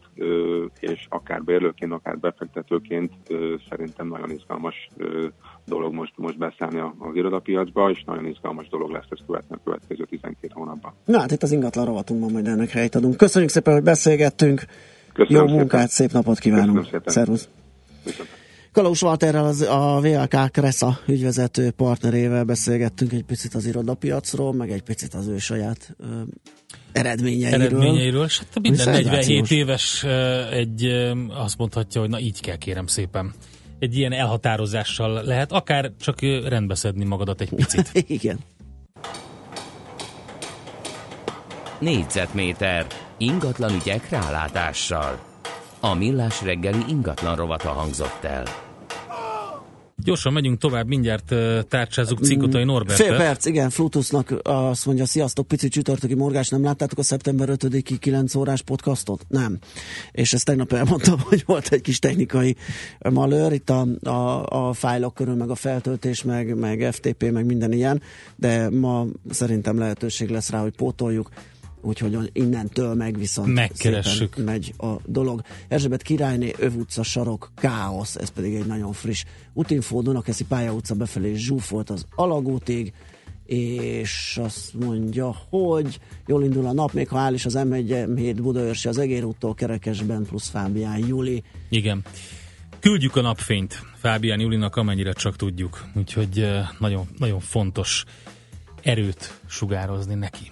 és akár bérlőként, akár befektetőként szerintem nagyon izgalmas dolog most, most beszállni az irodapiacba, és nagyon izgalmas dolog lesz ezt követni a következő tizenkét hónapban. Na hát itt az ingatlan rovatunkban majd ennek helyt adunk. Köszönjük szépen, hogy beszélgettünk. Köszönöm Jó munkát, szépen. szép napot kívánunk. Szervusz. Kalóz Walterrel, az a vé el ká Kresa ügyvezető partnerével beszélgettünk egy picit az irodapiacról, meg egy picit az ő saját ö, eredményeiről. Eredményeiről, és hát minden negyvenhét éves egy, azt mondhatja, hogy na így kell, kérem szépen. Egy ilyen elhatározással lehet, akár csak rendbeszedni magadat egy picit. Igen. Négyzetméter ingatlan ügyek rálátással. A Millás reggeli ingatlan rovata hangzott el. Gyorsan megyünk tovább, mindjárt uh, tárcsázunk Cikotai Norbertet. Fél perc, igen, Flutusnak azt mondja, sziasztok, pici csütörtöki morgás, nem láttátok a szeptember ötödiki kilenc órás podcastot? Nem. És ezt tegnap elmondtam, hogy volt egy kis technikai malőr, itt a, a, a fájlok körül, meg a feltöltés, meg, meg ef té pé, meg minden ilyen, de ma szerintem lehetőség lesz rá, hogy pótoljuk. Úgyhogy innentől meg viszont megkeressük. Megy a dolog. Erzsébet királyné, Öv utca, sarok, káosz, ez pedig egy nagyon friss útinfó, Dunakeszi pályautca befelé zsúfolt az alagútig, és azt mondja, hogy jól indul a nap, még ha áll is az em egy em hét Budaörsi az Egér úttól Kerekesben plusz Fábián Juli. Igen. Küldjük a napfényt Fábián Julinak, amennyire csak tudjuk. Úgyhogy nagyon, nagyon fontos erőt sugározni neki.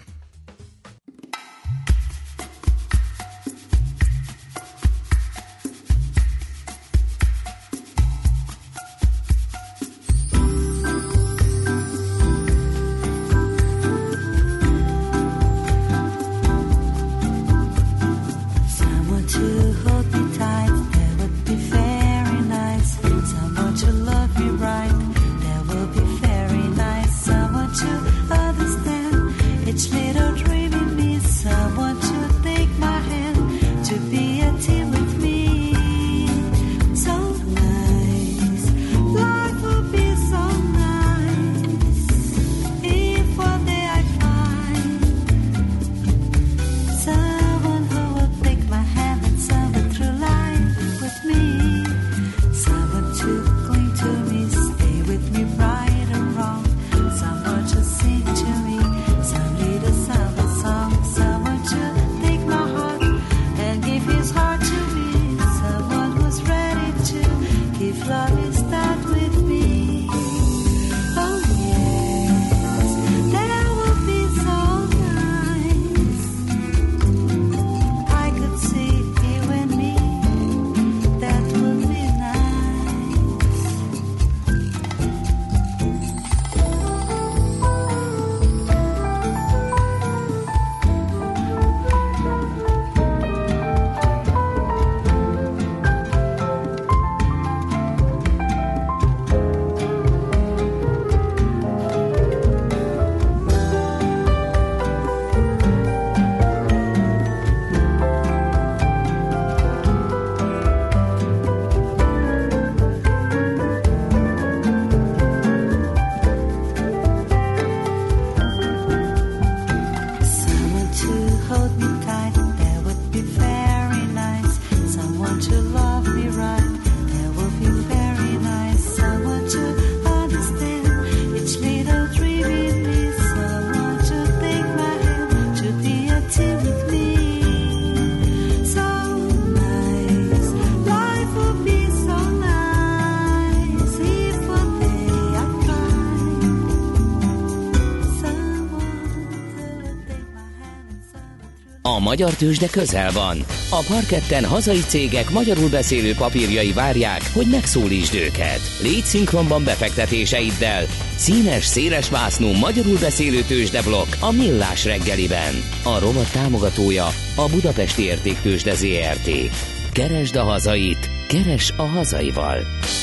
A magyar tőzsde közel van. A parketten hazai cégek magyarul beszélő papírjai várják, hogy megszólítsd őket. Légy szinkronban befektetéseiddel. Színes, széles vásznú magyarul beszélő tőzsdeblokk a Millás reggeliben. A rovat támogatója a Budapesti Értéktőzsde zé er té. Keresd a hazait, keres a hazaival.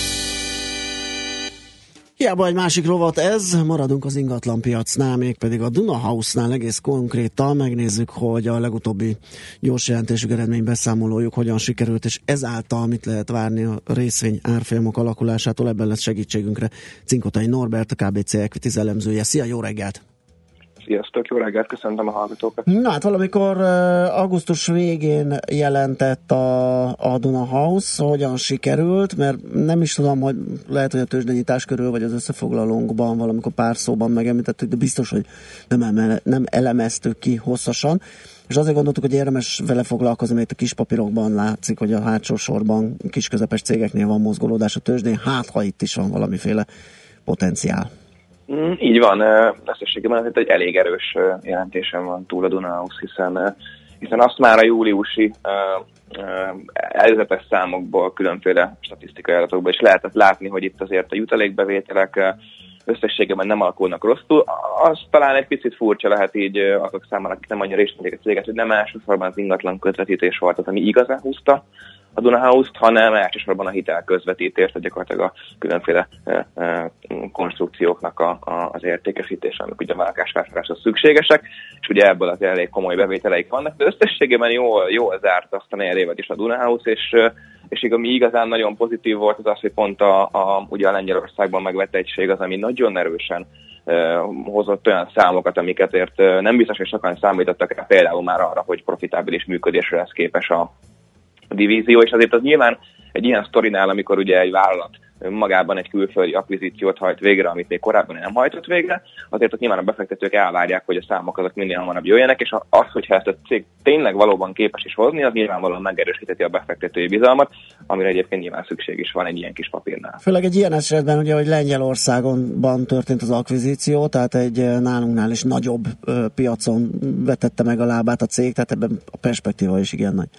Hiába egy másik rovat ez, maradunk az ingatlanpiacnál, mégpedig a Duna House-nál egész konkrétan megnézzük, hogy a legutóbbi gyors jelentésük eredménybeszámolójuk hogyan sikerült, és ezáltal mit lehet várni a részvény árfolyamok alakulásától. Ebben lesz segítségünkre Cinkotai Norbert, a ká bé cé Equities elemzője. Szia, jó reggelt! Sziasztok, jó reggelt, köszöntöm a hallgatókat. Na hát valamikor uh, augusztus végén jelentett a, a Duna House, hogyan sikerült, mert nem is tudom, hogy lehet, hogy a tőzsdenyítás körül, vagy az összefoglalónkban valamikor pár szóban megemlítettük, de biztos, hogy nem, emele, nem elemeztük ki hosszasan. És azért gondoltuk, hogy érdemes vele foglalkozni, mert a kis papírokban látszik, hogy a hátsó sorban kis közepes cégeknél van mozgolódás a tőzsdén, hát ha itt is van valamiféle potenciál. Mm, így van, összességében egy elég erős jelentésen van túl a Duna House, hiszen, hiszen azt már a júliusi előzetes számokból, különféle statisztikai adatokból is lehetett látni, hogy itt azért a jutalékbevételek összességében nem alakulnak rosszul. Az talán egy picit furcsa lehet így azok számára, akik nem annyira ismerik a céget, hogy nem elsősorban az ingatlan közvetítés volt az, ami igazán húzta a Duna House-t, hanem elsősorban a hitelközvetítést, vagy gyakorlatilag a különféle e, e, konstrukcióknak a, a, az értékesítése, amik ugye a lakásvásárláshoz szükségesek, és ugye ebből az elég komoly bevételeik vannak, de összességében jól, jól zárt azt a negyed évet is a Duna House, és, és ami igazán nagyon pozitív volt az az, hogy pont a, a, ugye a Lengyelországban megvett egység az, ami nagyon erősen hozott olyan számokat, amiket ért nem biztos, hogy sokan számítottak el, például már arra, hogy profitábilis működésre lesz képes a a divízió, és azért az nyilván egy ilyen sztorinál, amikor ugye egy vállalat magában egy külföldi akvizíciót hajt végre, amit még korábban nem hajtott végre, azért ott nyilván a befektetők elvárják, hogy a számok azok minél hamarabb jöjjenek, és az, hogyha ezt a cég tényleg valóban képes is hozni, az nyilvánvalóan megerősítheti a befektetői bizalmat, amire egyébként nyilván szükség is van egy ilyen kis papírnál. Főleg egy ilyen esetben, ugye, hogy Lengyelországonban történt az akvizíció, tehát egy nálunknál is nagyobb ö, piacon vetette meg a lábát a cég, tehát ebben a perspektíva is igen nagy.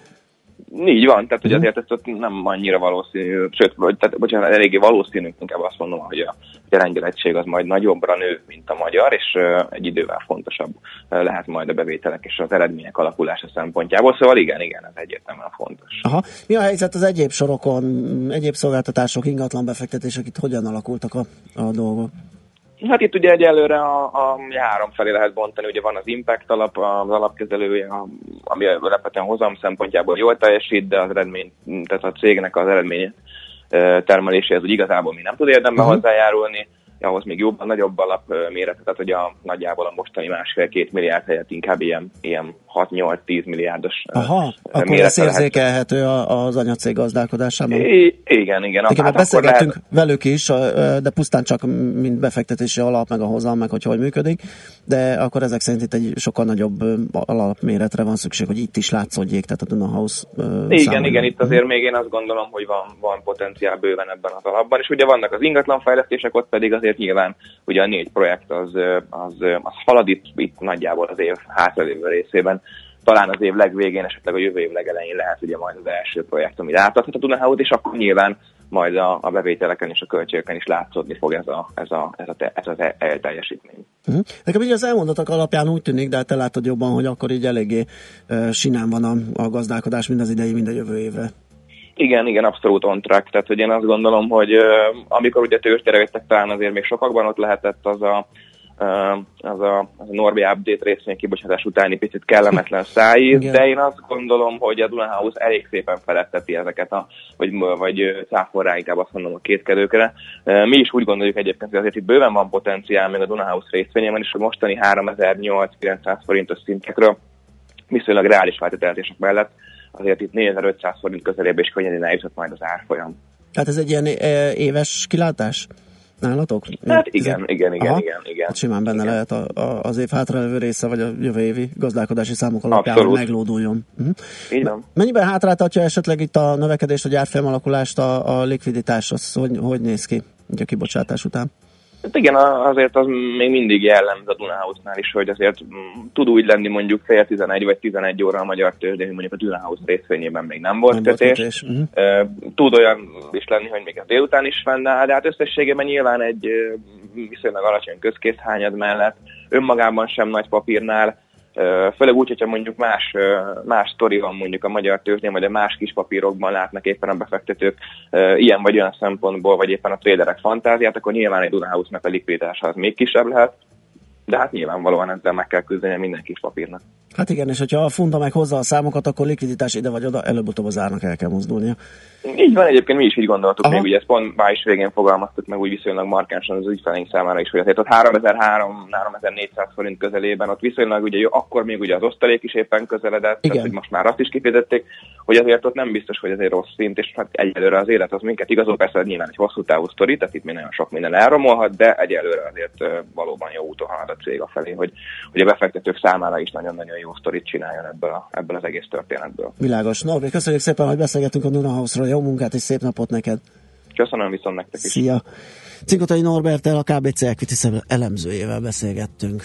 Így van, tehát hogy azért ezt nem annyira valószínű, sőt, tehát, bocsánat, eléggé valószínű, inkább azt mondom, hogy a, hogy a lengyel egység az majd nagyobbra nő, mint a magyar, és uh, egy idővel fontosabb uh, lehet majd a bevételek és az eredmények alakulása szempontjából, szóval igen, igen, ez egyértelműen fontos. Aha. Mi a helyzet az egyéb sorokon, egyéb szolgáltatások, ingatlan befektetések, itt hogyan alakultak a, a dolgok? Hát itt ugye egyelőre a, a három felé lehet bontani, ugye van az Impact alap, az alapkezelője, ami alapvetően hozam szempontjából jól teljesít, de az eredmény, tehát a cégnek az eredmény termeléséhez úgy igazából mi nem tud érdemben uh-huh. hozzájárulni, ahhoz még jobban, nagyobb alapméret, tehát hogy a nagyjából a mostani másfél-két milliárd helyett inkább ilyen, ilyen hat-nyolc-tíz milliárdos Aha, akkor ez érzékelhető az anyacég gazdálkodásában? I- igen, igen. Igen, hát beszélgettünk lehet... velük is, de pusztán csak mint befektetési alap, meg a hozam, meg hogy hogy működik, de akkor ezek szerint itt egy sokkal nagyobb alapméretre van szükség, hogy itt is látszódjék, tehát a Dunahouse Igen, számolja. Igen, itt azért még én azt gondolom, hogy van, van potenciál bőven ebben az alapban, és ugye vannak az ingatlanfejlesztések, ott pedig azért nyilván ugye a négy projekt az, az, az halad itt, itt nagyjából az év hátralévő részében, talán az év legvégén, esetleg a jövő év legelején lehet ugye majd az első projekt, ami átadhat a Dunahouse-t, és akkor nyilván majd a, a bevételeken és a költségeken is látszódni fog ez, a, ez, a, ez, a te, ez az elteljesítmény. Uh-huh. Nekem így az elmondatok alapján úgy tűnik, de te látod jobban, hogy akkor így eléggé uh, sinán van a, a gazdálkodás mind az idei, mind a jövő évre. Igen, igen, abszolút on track. Tehát, hogy én azt gondolom, hogy uh, amikor ugye tőzsdére jöttek, talán azért még sokakban ott lehetett az a Uh, az a, az a Norbi update részvény kibocsátás utáni picit kellemetlen szájíz, de én azt gondolom, hogy a Dunahouse elég szépen feletteti ezeket a, vagy, vagy cáfolrá inkább azt mondom a kétkedőkre. Uh, mi is úgy gondoljuk egyébként, hogy azért itt bőven van potenciál még a Dunahouse részvényében, és a mostani háromezer-nyolcszáz-kilencszáz forintos szintekről viszonylag reális változtatások mellett azért itt négyezer-ötszáz forint közelébe is könnyedén eljutott majd az árfolyam. Tehát ez egy ilyen éves kilátás nálatok? Hát igen, igen, igen, igen, igen. Hát simán benne igen. lehet a, a, az év hátralevő része, vagy a jövő évi gazdálkodási számok alapján, hogy meglóduljon. Uh-huh. Így van. Mennyiben hátráltatja esetleg itt a növekedést, vagy árfolyam alakulást a, a likviditás? Az hogy, hogy néz ki a kibocsátás után? Hát igen, azért az még mindig jellemző a Dunahouse-nál is, hogy azért tud úgy lenni mondjuk fél tizenegy vagy tizenegy óra a magyar tőzsdén, hogy mondjuk a Dunahouse részvényében még nem volt nem kötés. kötés. Uh-huh. Tud olyan is lenni, hogy még a délután is fennáll, de hát összességében nyilván egy viszonylag alacsony közkészhányad mellett önmagában sem nagy papírnál, főleg úgy, hogyha mondjuk más, más sztori van mondjuk a magyar tőzsdén, vagy a más kis papírokban látnak éppen a befektetők ilyen vagy olyan szempontból, vagy éppen a traderek fantáziát, akkor nyilván egy Dunahouse-nak a likviditása az még kisebb lehet, de hát nyilvánvalóan ezzel meg kell küzdeni minden kis papírnak. Hát igen, és hogyha a funda meg hozza a számokat, akkor likviditás ide vagy oda, előbb-utóbb az árnak el kell mozdulnia. Így van, egyébként mi is így gondoltuk, Aha. még ugye ezt pont május végén fogalmaztuk meg úgy viszonylag markánsan az ügyfeleink számára is, hogy azért ott háromezer-három-háromezer-négyszáz forint közelében, ott viszonylag ugye akkor még ugye az osztalék is éppen közeledett, igen. tehát hogy most már azt is kifizették, hogy azért ott nem biztos, hogy ez egy rossz szint, és hát egyelőre az élet az minket igazol, persze nyilván egy hosszú távú sztori, tehát itt még nagyon sok minden elromolhat, de egyelőre azért valóban jó úton halad a cég afelé, hogy, hogy a befektetők számára is nagyon-nagyon jó sztorit csináljon ebből, a, ebből az egész történetből. Világos. Norbi, köszönjük szépen, hogy beszélgettünk a Dunahouse-ról. Jó munkát és szép napot neked. Köszönöm viszont nektek is. Szia. Cinkotai Norberttel, a ká bé cé Equities elemzőjével beszélgettünk.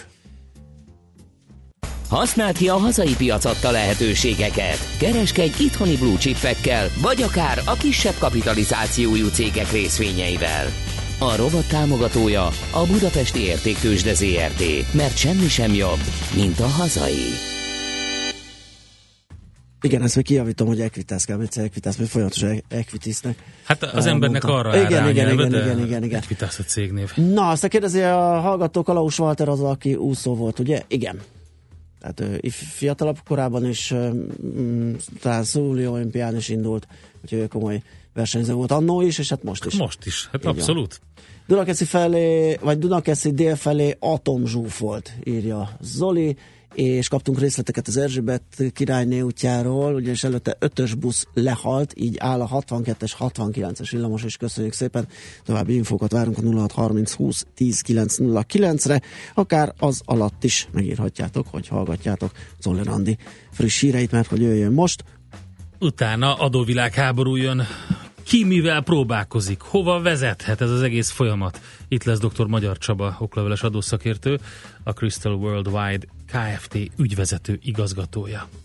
Használd ki a hazai piac adta lehetőségeket. Kereskedj itthoni blue chipekkel, vagy akár a kisebb kapitalizációjú cégek részvényeivel. A rovat támogatója a Budapesti Értéktőzsde zé er té, mert semmi sem jobb, mint a hazai. Igen, ezt még kijavítom, hogy Equitas, ká bé cé Equitas, mert folyamatosan Equitisnek. Hát az embernek arra áll igen, rá igen, nyelve, igen, igen, igen, igen. Equitas a cégnév. Na, azt kérdezi a hallgató, Kalausz Walter az, aki úszó volt, ugye? Igen. Tehát ő fiatalabb korában is mm, talán Szóli olimpián is indult, úgyhogy ő komoly versenyző volt annó is, és hát most is. Most is, hát így abszolút. Dunakeszi felé, vagy Dunakeszi dél felé atomzsúfolt, írja Zoli, és kaptunk részleteket az Erzsébet királyné útjáról, ugyanis előtte ötös busz lehalt, így áll a hatvankettes, hatvankilences villamos, és köszönjük szépen. További infókat várunk a nulla hat harminc húsz tíz kilenc nulla kilencre, akár az alatt is megírhatjátok, hogy hallgatjátok Zoller Andi friss híreit, mert hogy jöjjön most. Utána adóvilágháború jön. Ki mivel próbálkozik? Hova vezethet ez az egész folyamat? Itt lesz dr. Magyar Csaba, okleveles adószakértő, a Crystal Worldwide Kft. Ügyvezető igazgatója.